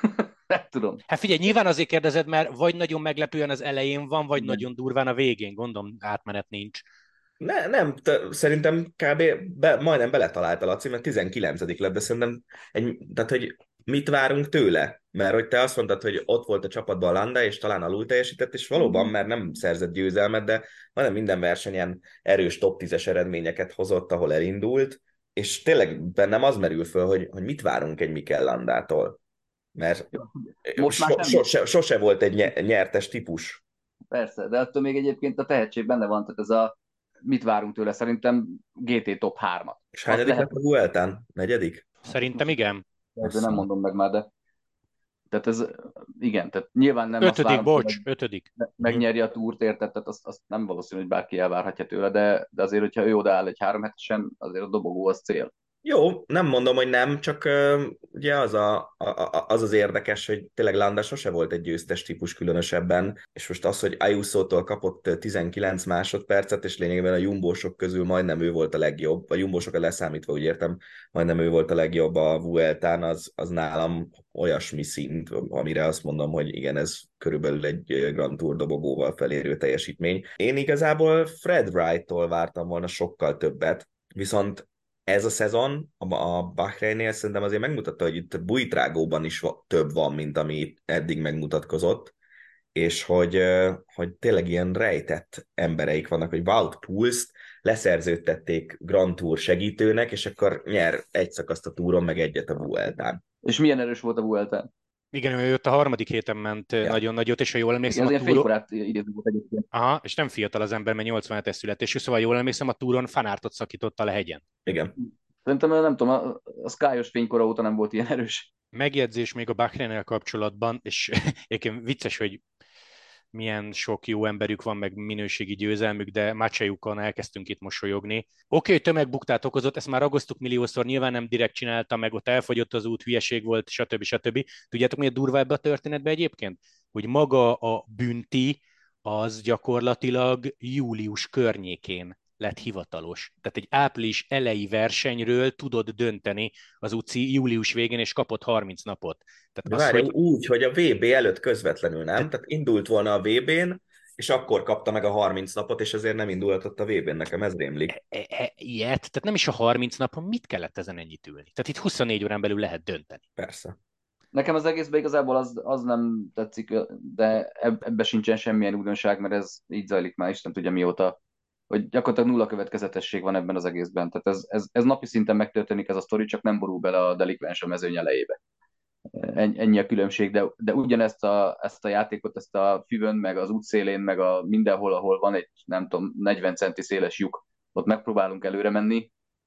[SPEAKER 2] Nem tudom.
[SPEAKER 1] Hát figyelj, nyilván azért kérdezed, mert vagy nagyon meglepően az elején van, vagy
[SPEAKER 2] Igen.
[SPEAKER 1] nagyon durván a végén. Gondolom, átmenet nincs.
[SPEAKER 3] Ne, nem, te, szerintem kb. Be, majdnem beletalált a Laci, mert tizenkilencedik lett, de szerintem, egy, tehát, hogy mit várunk tőle? Mert hogy te azt mondtad, hogy ott volt a csapatban a Landa, és talán alul teljesített, és valóban, mert nem szerzett győzelmet, de majdnem minden versenyen erős top tízes eredményeket hozott, ahol elindult, és tényleg bennem az merül föl, hogy, hogy mit várunk egy Mikel Landától. Mert
[SPEAKER 2] Most
[SPEAKER 3] so,
[SPEAKER 2] már nem.
[SPEAKER 3] sose, sose volt egy nyertes típus.
[SPEAKER 2] Persze, de attól még egyébként a tehetség benne van, tehát ez a mit várunk tőle, szerintem gé té top hármat.
[SPEAKER 3] És hányadik lett a Vueltán? Negyedik?
[SPEAKER 1] Szerintem igen.
[SPEAKER 2] De nem mondom meg már, de tehát ez, igen, tehát nyilván nem
[SPEAKER 1] Ötödik,
[SPEAKER 2] azt várom,
[SPEAKER 1] bocs,
[SPEAKER 2] hogy
[SPEAKER 1] ötödik.
[SPEAKER 2] megnyerje a túrt, érted, tehát azt, azt nem valószínű, hogy bárki elvárhatja tőle, de, de azért, hogyha ő odaáll egy három hetesen, azért a dobogó az cél.
[SPEAKER 3] Jó, nem mondom, hogy nem, csak uh, ugye az, a, a, az az érdekes, hogy tényleg Landa sose volt egy győztes típus különösebben, és most az, hogy Ayuso-tól kapott tizenkilenc másodpercet, és lényegében a jumbósok közül majdnem ő volt a legjobb, a jumbósokat leszámítva, úgy értem, majdnem ő volt a legjobb a Vueltán, az, az nálam olyasmi szint, amire azt mondom, hogy igen, ez körülbelül egy Grand Tour dobogóval felérő teljesítmény. Én igazából Fred Wright-tól vártam volna sokkal többet, viszont ez a szezon a Bahreinnél szerintem azért megmutatta, hogy itt Buitrágóban is több van, mint ami eddig megmutatkozott, és hogy, hogy tényleg ilyen rejtett embereik vannak, hogy Wout Poels-t leszerződtették Grand Tour segítőnek, és akkor nyer egy szakaszt a túron, meg egyet a Vueltán.
[SPEAKER 2] És milyen erős volt a Vueltán?
[SPEAKER 1] Igen, ő ott a harmadik héten ment ja. nagyon nagyot, és ha jól emlékszem,
[SPEAKER 2] igen,
[SPEAKER 1] a túron...
[SPEAKER 2] fénykorát idéző volt egyébként.
[SPEAKER 1] Aha, és nem fiatal az ember, mert nyolcvanhetes születésű, szóval jól emlékszem, a túron fanártot szakította le hegyen.
[SPEAKER 3] Igen.
[SPEAKER 2] Szerintem, nem tudom, a, a Skyos fénykora óta nem volt ilyen erős.
[SPEAKER 1] Megjegyzés még a Bahreinnel kapcsolatban, és egyébként vicces, hogy milyen sok jó emberük van, meg minőségi győzelmük, de Macsejukon elkezdtünk itt mosolyogni. Oké, okay, hogy tömegbuktát okozott, ezt már ragoztuk milliószor, nyilván nem direkt csinálta, meg ott elfogyott az út, hülyeség volt, stb. stb. Tudjátok, mi a durva ebbe a történetbe egyébként? hogy maga a bünti az gyakorlatilag július környékén lett hivatalos. Tehát egy április elejé versenyről tudod dönteni az UCI július végén, és kapott harminc napot. Tehát
[SPEAKER 3] De
[SPEAKER 1] az,
[SPEAKER 3] várj,
[SPEAKER 1] hogy
[SPEAKER 3] úgy, hogy a vé bé előtt közvetlenül, nem?
[SPEAKER 1] de,
[SPEAKER 3] Tehát indult volna a vé bén, és akkor kapta meg a harminc napot, és ezért nem indulhatott a vé bén, nekem ez rémlik.
[SPEAKER 1] e, e, ilyet, tehát nem is a harminc napon, mit kellett ezen ennyit ülni? Tehát itt huszonnégy órán belül lehet dönteni.
[SPEAKER 3] Persze.
[SPEAKER 2] Nekem az egészben igazából az, az nem tetszik, de eb- ebbe sincsen semmilyen újdonság, mert ez így zajlik már Isten tudja mióta, hogy gyakorlatilag nulla következetesség van ebben az egészben. Tehát ez, ez, ez napi szinten megtörténik ez a sztori, csak nem borul bele a delikvens a mezőny elejébe. En- Ennyi a különbség, de, de ugyanezt a, ezt a játékot, ezt a füvön, meg az útszélén, meg a mindenhol, ahol van egy, nem tudom, negyven centi széles lyuk, ott megpróbálunk előre menni.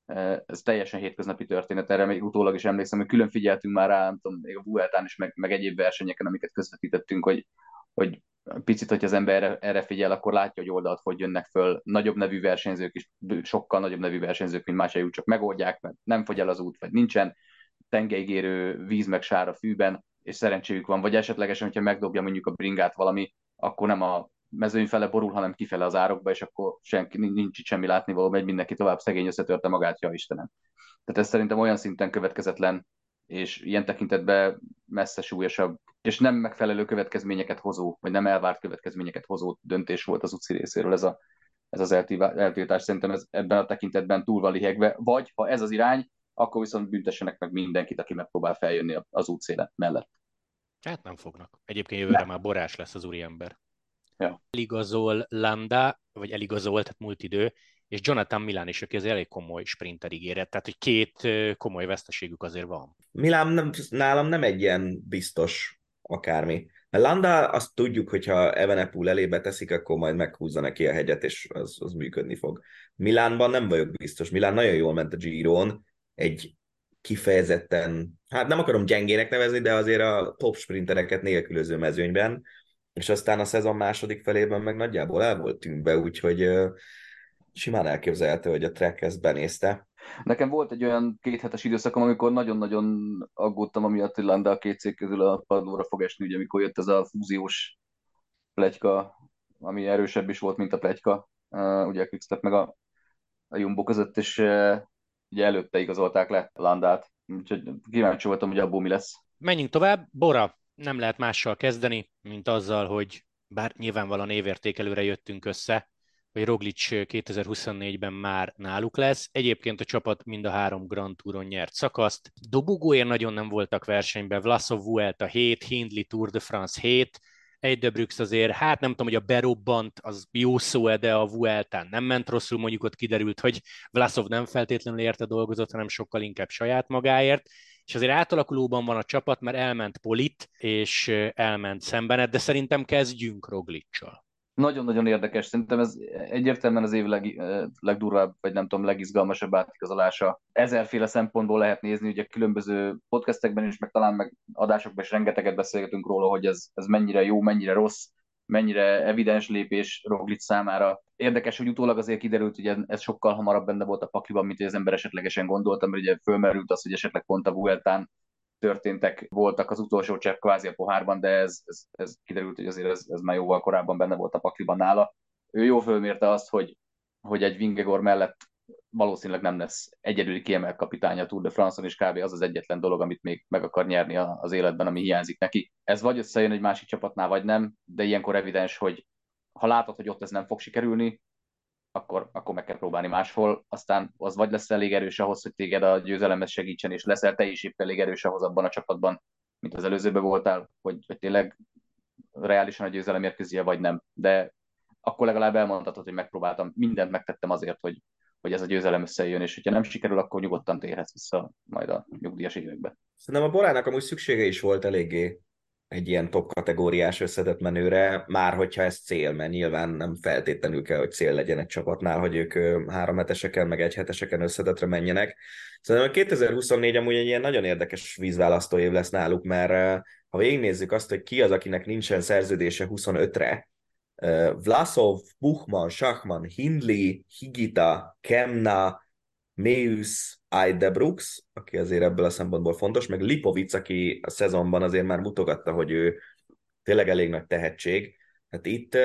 [SPEAKER 2] Ez teljesen hétköznapi történet, erre még utólag is emlékszem, hogy külön figyeltünk már rá, nem tudom, még a Vueltán is, meg, meg egyéb versenyeken, amiket közvetítettünk, hogy, hogy picit, hogy az ember erre, erre figyel, akkor látja, hogy oldalt hogy jönnek föl. Nagyobb nevű versenyzők is, sokkal nagyobb nevű versenyzők, mint más csak megoldják, mert nem fogy el az út, vagy nincsen tengelygérő víz meg sár a fűben, és szerencséjük van, vagy esetlegesen, hogyha megdobja mondjuk a bringát valami, akkor nem a mezőny fele borul, hanem kifele az árokba, és akkor senki, nincs itt semmi látnivaló, megy mindenki tovább, szegény összetörte magát, ja Istenem. Tehát ez szerintem olyan szinten következetlen, és ilyen tekintetben messze súlyosabb, és nem megfelelő következményeket hozó, vagy nem elvárt következményeket hozó döntés volt az UCI részéről ez, a, ez az eltiltás. Szerintem ez ebben a tekintetben túl van lihegve, vagy ha ez az irány, akkor viszont büntessenek meg mindenkit, aki megpróbál feljönni az útszélen mellett.
[SPEAKER 1] Hát nem fognak. Egyébként jövőre nem. Már borás lesz az úriember.
[SPEAKER 2] Ja.
[SPEAKER 1] Eligazol Landa, vagy eligazolt, tehát múlt idő, és Jonathan Milán is, aki az elég komoly sprinter ígéret, tehát hogy két komoly veszteségük azért van.
[SPEAKER 3] Milán nem, nálam nem egy ilyen biztos akármi. Mert Landa azt tudjuk, hogyha Evenepoel elébe teszik, akkor majd meghúzza neki a hegyet, és az, az működni fog. Milánban nem vagyok biztos. Milán nagyon jól ment a Giron, egy kifejezetten, hát nem akarom gyengének nevezni, de azért a top sprintereket nélkülöző mezőnyben, és aztán a szezon második felében meg nagyjából el volt tűnve, úgyhogy uh, simán elképzelhető, hogy a Trek ezt benézte.
[SPEAKER 2] Nekem volt egy olyan kéthetes időszakom, amikor nagyon-nagyon aggódtam, amiatt, hogy Landa a két cég közül a padlóra fog esni, ugye, amikor jött ez a fúziós pletyka, ami erősebb is volt, mint a pletyka, uh, ugye a Quickstep meg a, a Jumbo között, és uh, ugye előtte igazolták le Landát, úgyhogy kíváncsi voltam, hogy abból mi lesz.
[SPEAKER 1] Menjünk tovább. Bora, nem lehet mással kezdeni, mint azzal, hogy bár nyilvánvalóan évértékelőre jöttünk össze, hogy Roglic kétezer-huszonnégyben már náluk lesz. Egyébként a csapat mind a három Grand Touron nyert szakaszt. Dobogóért nagyon nem voltak versenyben. Vlasov Vuelta hét, Hindley Tour de France hét, egy de Brux azért, hát nem tudom, hogy a berobbant, az jó szó, de a Vueltán nem ment rosszul, mondjuk ott kiderült, hogy Vlasov nem feltétlenül érte dolgozott, hanem sokkal inkább saját magáért. És azért átalakulóban van a csapat, mert elment Polit, és elment Szembenet, de szerintem kezdjünk Roglic-sal.
[SPEAKER 2] Nagyon-nagyon érdekes. Szerintem ez egyértelműen az év leg, legdurvább, vagy nem tudom, legizgalmasabb átigazolása. Ezerféle szempontból lehet nézni, ugye különböző podcastekben is, meg talán meg adásokban is rengeteget beszélgetünk róla, hogy ez, ez mennyire jó, mennyire rossz, mennyire evidens lépés Roglic számára. Érdekes, hogy utólag azért kiderült, hogy ez sokkal hamarabb benne volt a pakliban, mint hogy az ember esetlegesen gondolta, mert ugye fölmerült az, hogy esetleg pont a Vueltán történtek, voltak az utolsó csepp kvázi a pohárban, de ez, ez, ez kiderült, hogy azért ez, ez már jóval korábban benne volt a pakliban nála. Ő jól fölmérte azt, hogy, hogy egy Vingegor mellett valószínűleg nem lesz egyedüli kiemelt kapitánya a Tour de France-on, és kb. Az az egyetlen dolog, amit még meg akar nyerni az életben, ami hiányzik neki. Ez vagy összejön egy másik csapatnál, vagy nem, de ilyenkor evidens, hogy ha látod, hogy ott ez nem fog sikerülni, akkor, akkor meg kell próbálni máshol, aztán az vagy lesz elég erős ahhoz, hogy téged a győzelemhez segítsen, és leszel te is épp elég erős ahhoz abban a csapatban, mint az előzőben voltál, hogy, hogy tényleg reálisan a győzelemért küzdje, vagy nem. De akkor legalább elmondhatod, hogy megpróbáltam, mindent megtettem azért, hogy, hogy ez a győzelem összejön, és hogyha nem sikerül, akkor nyugodtan térhetsz vissza majd a nyugdíjas évekbe.
[SPEAKER 3] Szerintem a Borának amúgy szüksége is volt eléggé egy ilyen top kategóriás összetett menőre, már hogyha ez cél, mert nyilván nem feltétlenül kell, hogy cél legyen egy csapatnál, hogy ők három heteseken, meg egy heteseken összetetre menjenek. Szerintem a kétezer-huszonnégy amúgy egy ilyen nagyon érdekes vízválasztó év lesz náluk, mert ha végignézzük azt, hogy ki az, akinek nincsen szerződése huszonötre, Vlasov, Buchmann, Schachmann, Hindley, Higita, Kemna, Meus, Aydebrooks, aki azért ebből a szempontból fontos, meg Lipovic, aki a szezonban azért már mutogatta, hogy ő tényleg elég nagy tehetség. Hát itt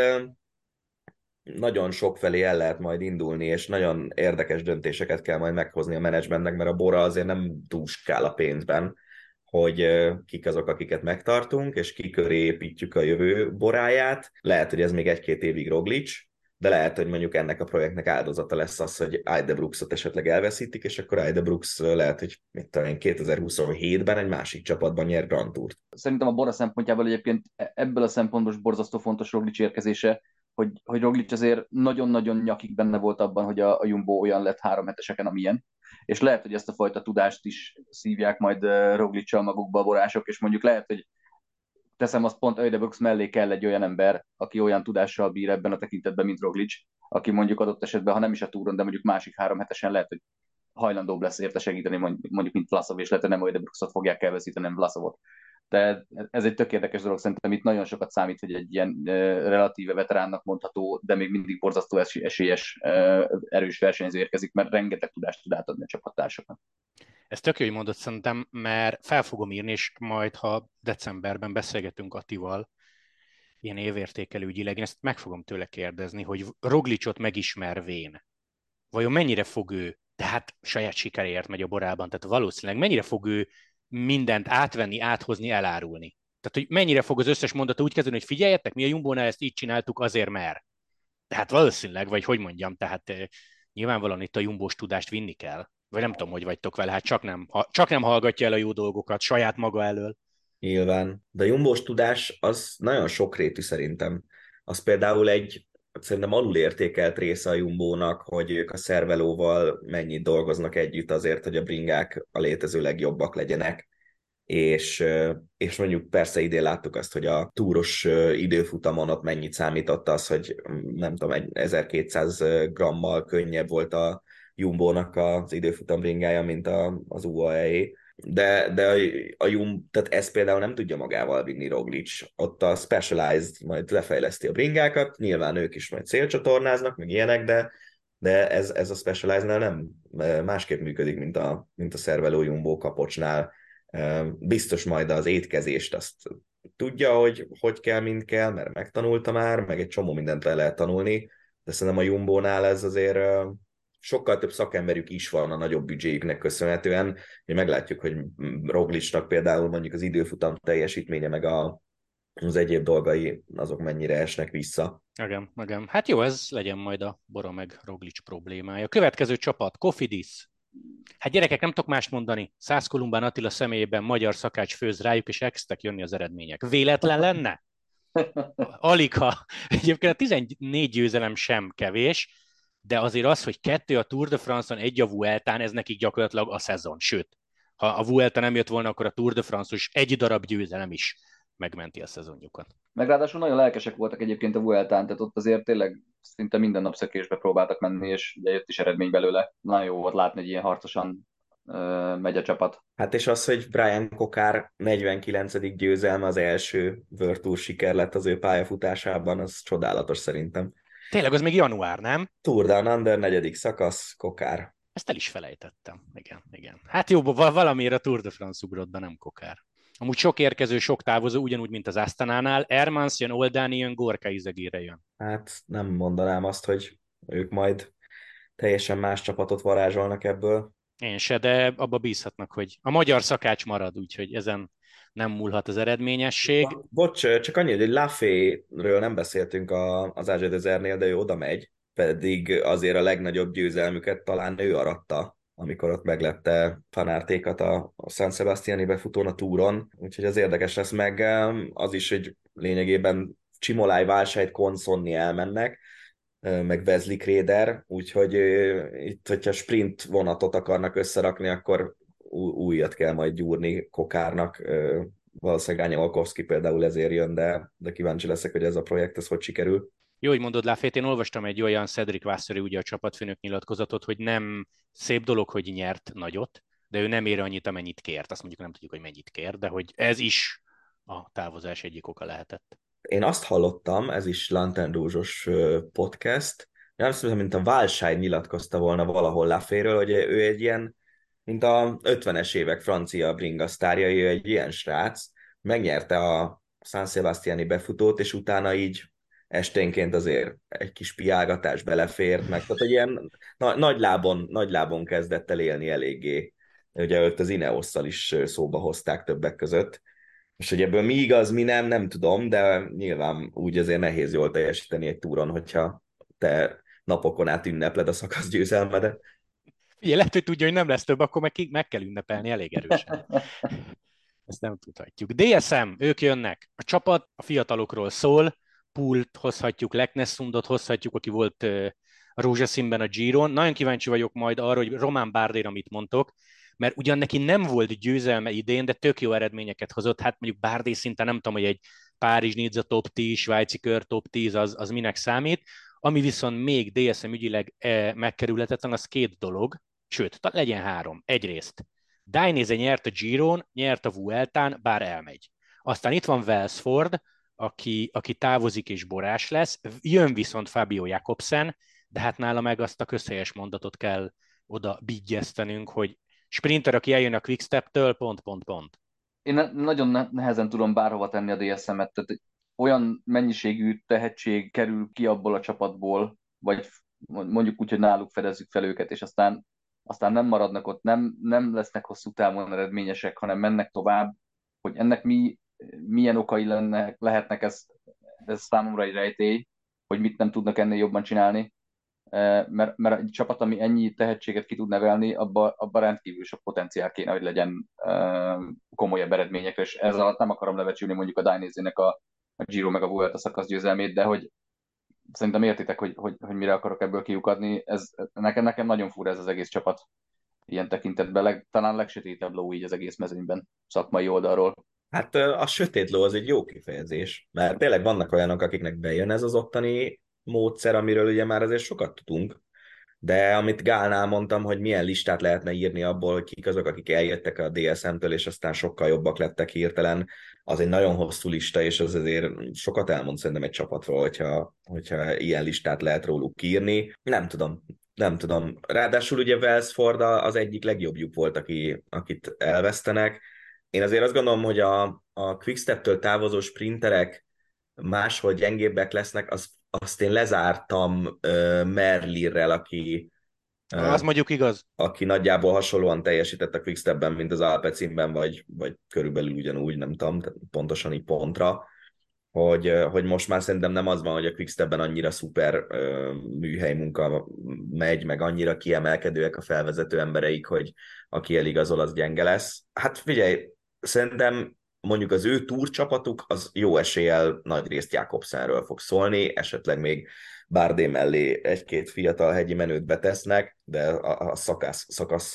[SPEAKER 3] nagyon sok felé el lehet majd indulni, és nagyon érdekes döntéseket kell majd meghozni a menedzsmentnek, mert a Bora azért nem túlskál a pénzben, hogy kik azok, akiket megtartunk, és ki köré építjük a jövő boráját. Lehet, hogy ez még egy-két évig Roglic, de lehet, hogy mondjuk ennek a projektnek áldozata lesz az, hogy Ide Brooksot esetleg elveszítik, és akkor Ide Brooks lehet, hogy mit tudom én, kétezer-huszonhétben egy másik csapatban nyer Grand Tourt.
[SPEAKER 2] Szerintem a Bora szempontjából egyébként ebből a szempontból borzasztó fontos Roglic érkezése, hogy, hogy Roglic azért nagyon-nagyon nyakig benne volt abban, hogy a, a Jumbo olyan lett három heteseken, amilyen. És lehet, hogy ezt a fajta tudást is szívják majd Roglic-sal magukba a borások, és mondjuk lehet, hogy teszem azt pont Ide Brooks mellé kell egy olyan ember, aki olyan tudással bír ebben a tekintetben, mint Roglic, aki mondjuk adott esetben, ha nem is a túron, de mondjuk másik három hetesen lehet, hogy hajlandóbb lesz érte segíteni, mondjuk, mint Vlasov, és lehet, hogy nem Ide Brooksot fogják elveszíteni, nem Vlasovot. De ez egy tök érdekes dolog, szerintem itt nagyon sokat számít, hogy egy ilyen uh, relatíve veteránnak mondható, de még mindig borzasztó esélyes, uh, erős versenyző érkezik, mert rengeteg tudást tud átadni a csapattársaknak.
[SPEAKER 1] Ez tök jó, hogy mondod szerintem, mert fel fogom írni, és majd, ha decemberben beszélgetünk Attival, ilyen évértékelő ügyileg, én ezt meg fogom tőle kérdezni, hogy Roglicot megismervén, vajon mennyire fog ő, tehát saját sikeréért megy a Borában, tehát valószínűleg mennyire fog ő mindent átvenni, áthozni, elárulni. Tehát, hogy mennyire fog az összes mondata úgy kezdeni, hogy figyeljetek, mi a Jumbónál ezt így csináltuk azért, mert. Tehát valószínűleg, vagy hogy mondjam, tehát eh, nyilvánvalóan itt a jumbós tudást vinni kell. Vagy nem tudom, hogy vagytok vele, hát csak nem, ha, csak nem hallgatja el a jó dolgokat saját maga elől.
[SPEAKER 3] Nyilván. De a jumbós tudás az nagyon sokrétű szerintem. Az például egy szerintem alulértékelt része a Jumbónak, hogy ők a szervelóval mennyit dolgoznak együtt azért, hogy a bringák a létező legjobbak legyenek. És, és mondjuk persze idén láttuk azt, hogy a túros időfutamon ott mennyit számított az, hogy nem tudom, egy ezerkétszáz grammal könnyebb volt a Jumbónak az időfutam bringája, mint a, az u á é. De, de a, a Jum, tehát ez például nem tudja magával vinni Roglic. Ott a Specialized majd lefejleszti a bringákat, nyilván ők is majd célcsatornáznak, meg ilyenek, de, de ez, ez a Specialized-nál nem másképp működik, mint a, mint a szervelő Jumbo kapocsnál. Biztos majd az étkezést azt tudja, hogy hogy kell, mint kell, mert megtanulta már, meg egy csomó mindent le lehet tanulni, de szerintem a Jumbónál ez azért sokkal több szakemberük is van a nagyobb büdzséjüknek köszönhetően. Mi meglátjuk, hogy Roglicnak például mondjuk az időfutam teljesítménye, meg a, az egyéb dolgai, azok mennyire esnek vissza.
[SPEAKER 1] Igen, igen. Hát jó, ez legyen majd a Bora meg Roglic problémája. Következő csapat, Cofidis. Hát gyerekek, nem tudok mást mondani. Szász Kolumbán Attila személyében magyar szakács főz rájuk, és elkezdtek jönni az eredmények. Véletlen lenne? Alig, ha. Egyébként a tizennégy győzelem sem kevés, de azért az, hogy kettő a Tour de France-on, egy a Vueltán, ez nekik gyakorlatilag a szezon. Sőt, ha a Vuelta nem jött volna, akkor a Tour de France-os egy darab győzelem is megmenti a szezonjukat.
[SPEAKER 2] Meg ráadásul nagyon lelkesek voltak egyébként a Vueltán, tehát ott azért tényleg szinte minden nap szökésbe próbáltak menni, és ugye jött is eredmény belőle. Nagyon jó volt látni, hogy ilyen harcosan uh, megy a csapat.
[SPEAKER 3] Hát és az, hogy Brian Kokár negyvenkilencedik győzelme az első World Tour siker lett az ő pályafutásában, az csodálatos szerintem.
[SPEAKER 1] Tényleg, az még január, nem?
[SPEAKER 3] Tour Down Under, negyedik szakasz, Kokár.
[SPEAKER 1] Ezt el is felejtettem. Igen, igen. Hát jó, valamiért a Tour de France ugrott be, nem Kokár. Amúgy sok érkező, sok távozó, ugyanúgy, mint az Asztanánál. Ermans jön, Oldani jön, Gorka Izagirre jön.
[SPEAKER 3] Hát nem mondanám azt, hogy ők majd teljesen más csapatot varázsolnak ebből.
[SPEAKER 1] Én se, de abba bízhatnak, hogy a magyar szakács marad, úgyhogy ezen nem múlhat az eredményesség.
[SPEAKER 3] Bocs, csak annyi, hogy Lafay-ről nem beszéltünk a, az Ázsia Dezernél, de ő oda megy, pedig azért a legnagyobb győzelmüket talán ő aratta, amikor ott meglepte Fanártékat a, a San Sebastiani befutón a túron, úgyhogy az érdekes lesz, meg az is, hogy lényegében Csimolaj, Válsájt, Konszonni elmennek, meg Wesley Kréder, úgyhogy itt, hogyha sprint vonatot akarnak összerakni, akkor újat kell majd gyúrni Kokárnak. Valószínűleg Ányja Olkowski például ezért jön, de, de kíváncsi leszek, hogy ez a projekt, ez hogy sikerül.
[SPEAKER 1] Jó, hogy mondod, Lafayette, én olvastam egy olyan Cedric Vasseri, ugye a csapatfőnök nyilatkozatot, hogy nem szép dolog, hogy nyert nagyot, de ő nem ér annyit, amennyit kért. Azt mondjuk nem tudjuk, hogy mennyit kér, de hogy ez is a távozás egyik oka lehetett.
[SPEAKER 3] Én azt hallottam, ez is Lantern Rouge-os podcast, nem tudom, mint a Válsáj nyilatkozta volna valahol Lafayette-ről, hogy ő egy ilyen, mint a ötvenes évek francia bringasztárja, ő egy ilyen srác, megnyerte a San Sebastiani befutót, és utána így esténként azért egy kis piálgatás belefért, meg tehát egy ilyen na- nagy lábon, nagy lábon kezdett el élni eléggé. Ugye ott az Ineosszal is szóba hozták többek között. És hogy ebből mi igaz, mi nem, nem tudom, de nyilván úgy azért nehéz jól teljesíteni egy túron, hogyha te napokon át ünnepled a szakaszgyőzelmedet.
[SPEAKER 1] Ugye lehet, hogy tudja, hogy nem lesz több, akkor meg, ki, meg kell ünnepelni elég erősen. Ezt nem tudhatjuk. dé es em, ők jönnek. A csapat a fiatalokról szól, Pult hozhatjuk, Leknessundot hozhatjuk, aki volt uh, a rózsaszínben a Giron. Nagyon kíváncsi vagyok majd arra, hogy Román Bardet, amit mondtok, mert ugyan neki nem volt győzelme idén, de tök jó eredményeket hozott. Hát mondjuk Bardet szinte nem tudom, hogy egy Párizs-Nizza top tíz, svájci kör top tíz, az, az minek számít. Ami viszont még dé es em ügyileg eh, megkerülhetetlen, az két dolog, sőt, legyen három. Egyrészt Dainese nyert a Giron, nyert a Vueltán, bár elmegy. Aztán itt van Welsford, aki, aki távozik és borás lesz, jön viszont Fabio Jakobsen, de hát nála meg azt a közhelyes mondatot kell oda bigyesztenünk, hogy sprinter, aki eljön a Quickstep-től, pont, pont, pont.
[SPEAKER 2] Én ne- nagyon nehezen tudom bárhova tenni a dé es em-et, tehát olyan mennyiségű tehetség kerül ki abból a csapatból, vagy mondjuk úgy, hogy náluk fedezzük fel őket, és aztán, aztán nem maradnak ott, nem, nem lesznek hosszú távon eredményesek, hanem mennek tovább, hogy ennek mi, milyen okai lenne, lehetnek, ez, ez számomra egy rejtély, hogy mit nem tudnak ennél jobban csinálni, mert, mert egy csapat, ami ennyi tehetséget ki tud nevelni, abban abba rendkívül sok potenciál kéne, hogy legyen komolyabb eredményekre, és ezzel alatt nem akarom lebecsülni mondjuk a Dainese-nek a, a Giro meg a Vuelta szakasz győzelmét, de hogy szerintem értitek, hogy, hogy, hogy mire akarok ebből kiukadni. Ez, nekem, nekem nagyon fura ez az egész csapat ilyen tekintetben, leg, talán legsötétebb ló így az egész mezőnyben, szakmai oldalról.
[SPEAKER 3] Hát a sötét ló az egy jó kifejezés, mert tényleg vannak olyanok, akiknek bejön ez az ottani módszer, amiről ugye már azért sokat tudunk, de amit Gálnál mondtam, hogy milyen listát lehetne írni abból, hogy kik azok, akik eljöttek a dé es em-től, és aztán sokkal jobbak lettek hirtelen, az egy nagyon hosszú lista, és az azért sokat elmond szerintem egy csapatról, hogyha, hogyha ilyen listát lehet róluk kiírni. Nem tudom, nem tudom. Ráadásul ugye Welsford az egyik legjobbjuk volt, aki, akit elvesztenek. Én azért azt gondolom, hogy a, a Quickstep-től távozó sprinterek máshol gyengébbek lesznek, az, azt én lezártam uh, Merlirrel, aki, uh,
[SPEAKER 1] Az mondjuk igaz.
[SPEAKER 3] aki nagyjából hasonlóan teljesített a Quickstepben, mint az Alpecinben, vagy, vagy körülbelül ugyanúgy, nem tudom, pontosan így pontra, hogy, uh, hogy most már szerintem nem az van, hogy a Quickstepben annyira szuper uh, műhely munka megy, meg annyira kiemelkedőek a felvezető embereik, hogy aki eligazol, az gyenge lesz. Hát figyelj, szerintem mondjuk az ő túrcsapatuk az jó eséllyel nagy részt Jakobsenről fog szólni, esetleg még Bárdé mellé egy-két fiatal hegyi menőt betesznek, de a, a szakasz, szakasz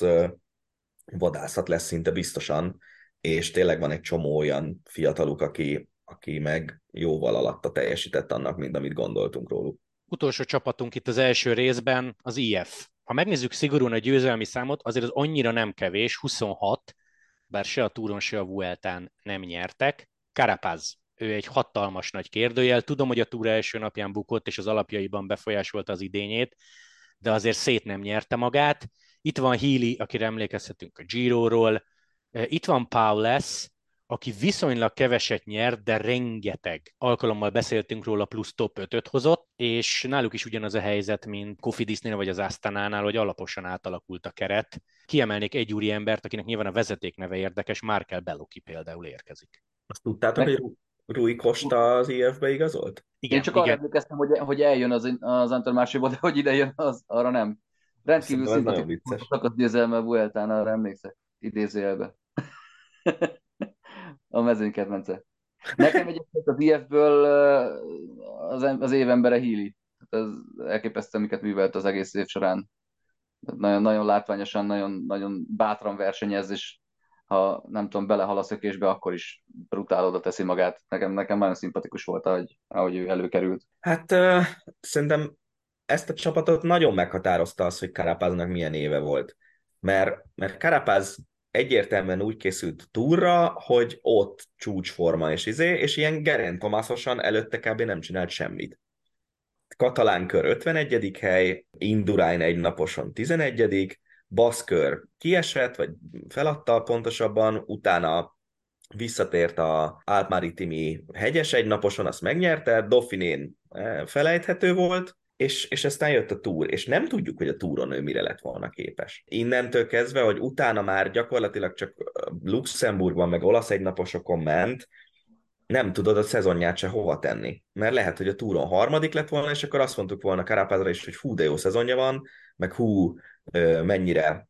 [SPEAKER 3] vadászat lesz szinte biztosan, és tényleg van egy csomó olyan fiataluk, aki, aki meg jóval alatta teljesített annak, mint amit gondoltunk róluk.
[SPEAKER 1] Utolsó csapatunk itt az első részben az i ef. Ha megnézzük szigorúan a győzelmi számot, azért az annyira nem kevés, huszonhat, bár se a Túron, se a Vueltán nem nyertek. Carapaz, ő egy hatalmas nagy kérdőjel. Tudom, hogy a Túra első napján bukott, és az alapjaiban befolyásolta az idényét, de azért szét nem nyerte magát. Itt van Healy, akire emlékezhetünk a Giroról. Itt van Powless, aki viszonylag keveset nyert, de rengeteg alkalommal beszéltünk róla, plusz top ötöt hozott, és náluk is ugyanaz a helyzet, mint Cofidisnél vagy az Astana-nál, hogy alaposan átalakult a keret. Kiemelnék egy úri embert, akinek nyilván a vezeték neve érdekes, Markel Belloki például érkezik.
[SPEAKER 3] Azt tudtátok,
[SPEAKER 2] Meg...
[SPEAKER 3] hogy Rui Costa az i ef-be igazolt?
[SPEAKER 2] Igen, Én csak igen. arra emlékeztem, hogy, hogy eljön az, az Antomásiból, de hogy ide jön, az, arra nem. Rendkívül szimpatikus szakaszgyőzelme Vueltán, arra emlékszek, idézőjelbe. A mezőny kedvence. Nekem egyébként az i ef-ből az, az évembere Healy. Ez elképesztő, amiket művelt az egész év során. Nagyon, nagyon látványosan, nagyon, nagyon bátran versenyez, és ha nem tudom, belehal a szökésbe, akkor is brutál oda teszi magát. Nekem, nekem nagyon szimpatikus volt, ahogy, ahogy ő előkerült.
[SPEAKER 3] Hát uh, szerintem ezt a csapatot nagyon meghatározta az, hogy Carapaznak milyen éve volt. Mert, mert Carapaz egyértelműen úgy készült túlra, hogy ott csúcsforma és izé, és ilyen Geraint Thomasosan előtte kb. Nem csinált semmit. Katalán kör ötvenegyedik hely, Indurain egy naposon tizenegyedik, Baszkör kiesett, vagy feladta pontosabban, utána visszatért a Alp-Maritimi hegyes egynaposon, azt megnyerte, Dauphinén felejthető volt, és, és aztán jött a túr, és nem tudjuk, hogy a túron ő mire lett volna képes. Innentől kezdve, hogy utána már gyakorlatilag csak Luxemburgban, meg olasz egynaposokon ment, nem tudod a szezonját se hova tenni. Mert lehet, hogy a túron harmadik lett volna, és akkor azt mondtuk volna Carapazra is, hogy hú, de jó szezonja van, meg hú, mennyire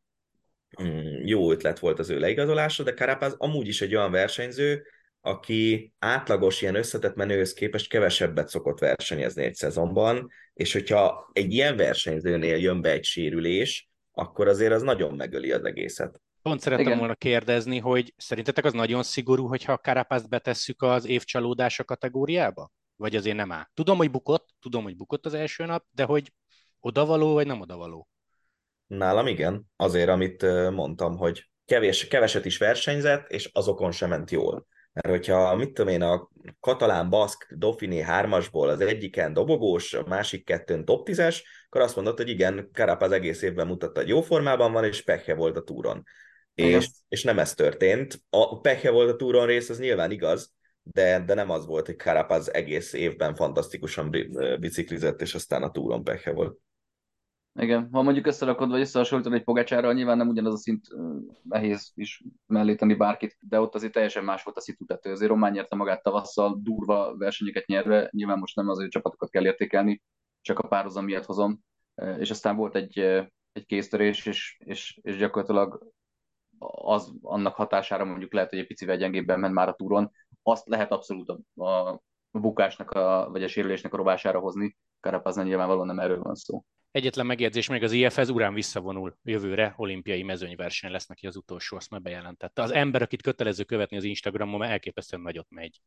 [SPEAKER 3] jó ötlet volt az ő leigazolása, de Carapaz amúgy is egy olyan versenyző, aki átlagos ilyen összetett menőhöz képest kevesebbet szokott versenyezni egy szezonban, és hogyha egy ilyen versenyzőnél jön be egy sérülés, akkor azért az nagyon megöli az egészet.
[SPEAKER 1] Pont szerettem
[SPEAKER 2] Igen.
[SPEAKER 1] volna kérdezni, hogy szerintetek az nagyon szigorú, hogyha a Carapazt betesszük az év csalódása kategóriába? Vagy azért nem áll? Tudom, hogy bukott, tudom, hogy bukott az első nap, de hogy odavaló, vagy nem odavaló?
[SPEAKER 3] Nálam igen, azért, amit ö, mondtam, hogy kevés, keveset is versenyzett, és azokon sem ment jól. Mert hogyha, mit tudom én, a katalán baszk Dauphiné hármasból az egyiken dobogós, a másik kettőn top tízes, akkor azt mondod, hogy igen, Carapaz egész évben mutatta, hogy jó formában van, és pekje volt a túron. És,
[SPEAKER 2] Igen.
[SPEAKER 3] és nem ez történt. A pekje volt a túron rész, az nyilván igaz, de, de nem az volt, hogy Carapaz egész évben fantasztikusan bi- biciklizett, és aztán a túron pekje volt.
[SPEAKER 2] Igen, ha mondjuk összerakod, vagy összehasonlítod egy Pogacsárral, nyilván nem ugyanaz a szint, ö, nehéz is mellé tenni bárkit, de ott azért teljesen más volt a szitu, tehát azért Román nyerte magát tavasszal, durva versenyeket nyerve, nyilván most nem az ő csapatokat kell értékelni, csak a párhuzam miatt hozom, Ö, és aztán volt egy, ö, egy kéztörés, és, és, és gyakorlatilag az annak hatására mondjuk lehet, hogy egy picivel gyengébben ment már a túron, azt lehet abszolút a, a bukásnak, a, vagy a sérülésnek a rovására hozni, Carapaz nyilvánvalóan nem erről van szó.
[SPEAKER 1] Egyetlen megjegyzés még az i ef ez Urán visszavonul jövőre, olimpiai mezőnyverseny lesz neki az utolsó, azt már bejelentette. Az ember, akit kötelező követni az Instagramon, mert elképesztően nagyot megy.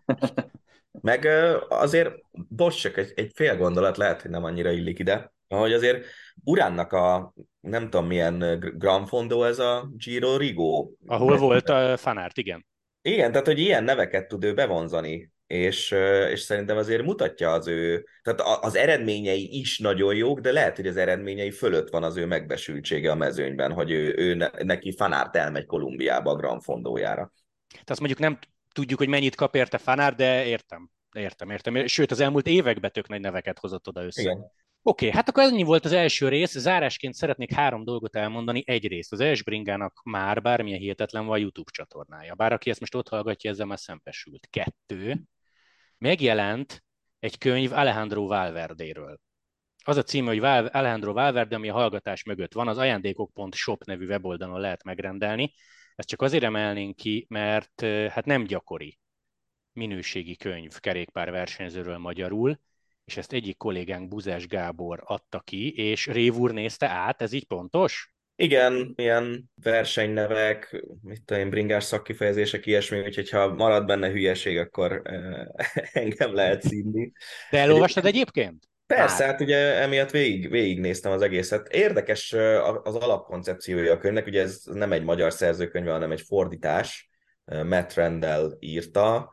[SPEAKER 3] Meg ö, azért, bocs, csak egy, egy fél gondolat lehet, hogy nem annyira illik ide, hogy azért Uránnak a nem tudom milyen ö, Gran Fondo ez a Giro Rigo.
[SPEAKER 1] Ahol volt a Fanárt, igen.
[SPEAKER 3] Igen, tehát hogy ilyen neveket tud ő bevonzani, és, ö, és szerintem azért mutatja az ő, tehát a- az eredményei is nagyon jók, de lehet, hogy az eredményei fölött van az ő megbesültsége a mezőnyben, hogy ő, ő ne, neki Fanárt elmegy Kolumbiába a Gran Fondójára.
[SPEAKER 1] Tehát azt mondjuk nem tudjuk, hogy mennyit kap érte Fanár, de értem. Értem, értem. Sőt, az elmúlt években tök nagy neveket hozott oda össze.
[SPEAKER 3] Igen.
[SPEAKER 1] Oké, okay, hát akkor ennyi volt az első rész. Zárásként szeretnék három dolgot elmondani. Egyrészt az Esbringának már bármilyen hihetetlen van YouTube csatornája. Bár aki ezt most ott hallgatja, ezzel már szembesült. Kettő, megjelent egy könyv Alejandro Valverdéről. Az a címe, hogy Alejandro Valverde, ami a hallgatás mögött van, az ajándékok pont shop nevű weboldalon lehet megrendelni. Ezt csak azért emelnénk ki, mert hát nem gyakori minőségi könyv kerékpár versenyzőről magyarul, és ezt egyik kollégánk Buzás Gábor adta ki, és Rév úr nézte át, ez így pontos?
[SPEAKER 3] Igen, ilyen versenynevek, mit tudom én, bringás szakkifejezések, ilyesmi, úgyhogy ha marad benne hülyeség, akkor eh, engem lehet szídni.
[SPEAKER 1] De elolvastad egyébként?
[SPEAKER 3] Persze,
[SPEAKER 1] Már.
[SPEAKER 3] hát ugye emiatt végig, végignéztem az egészet. Érdekes eh, az alapkoncepciója a könyvnek, ugye ez nem egy magyar szerzőkönyv, hanem egy fordítás. Eh, Matt Randall írta,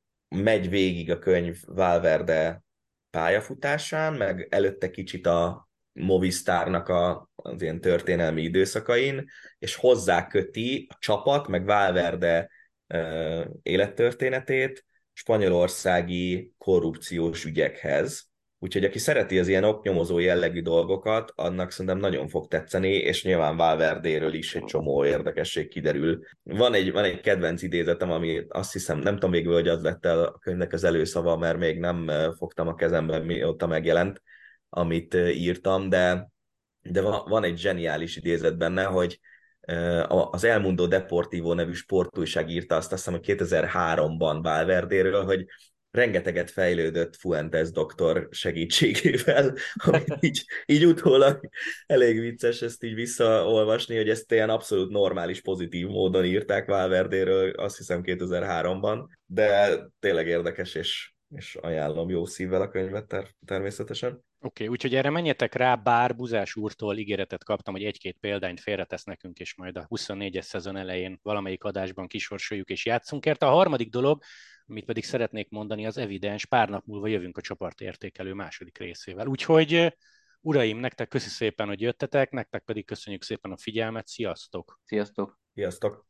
[SPEAKER 3] megy végig a könyv Valverde pályafutásán, meg előtte kicsit a Movistarnak a, az ilyen történelmi időszakain, és hozzáköti a csapat, meg Valverde uh, élettörténetét spanyolországi korrupciós ügyekhez. Úgyhogy aki szereti az ilyen oknyomozó jellegű dolgokat, annak szerintem nagyon fog tetszeni, és nyilván Valverdéről is egy csomó érdekesség kiderül. Van egy, van egy kedvenc idézetem, ami azt hiszem, nem tudom végül, hogy az lett el a könyvnek az előszava, mert még nem eh, fogtam a kezemben, mióta megjelent, amit eh, írtam, de, de van, van egy zseniális idézet benne, hogy eh, a- az El Mundo Deportivo nevű sportújság írta azt, azt hiszem, hogy kétezer-háromban Valverdéről, hogy rengeteget fejlődött Fuentes doktor segítségével, ami így, így utólag elég vicces ezt így visszaolvasni, hogy ezt ilyen abszolút normális, pozitív módon írták Valverdéről, azt hiszem kétezer-háromban, de tényleg érdekes, és, és ajánlom jó szívvel a könyvet ter- természetesen.
[SPEAKER 1] Oké, okay, úgyhogy erre menjetek rá, bár Buzás úrtól ígéretet kaptam, hogy egy-két példányt félretesz nekünk, és majd a huszonnégyes szezon elején valamelyik adásban kisorsoljuk és játszunk érte. A harmadik dolog, amit pedig szeretnék mondani, az evidens, pár nap múlva jövünk a csoportértékelő második részével. Úgyhogy uraim, nektek köszi szépen, hogy jöttetek, nektek pedig köszönjük szépen a figyelmet, sziasztok!
[SPEAKER 2] Sziasztok!
[SPEAKER 3] Sziasztok!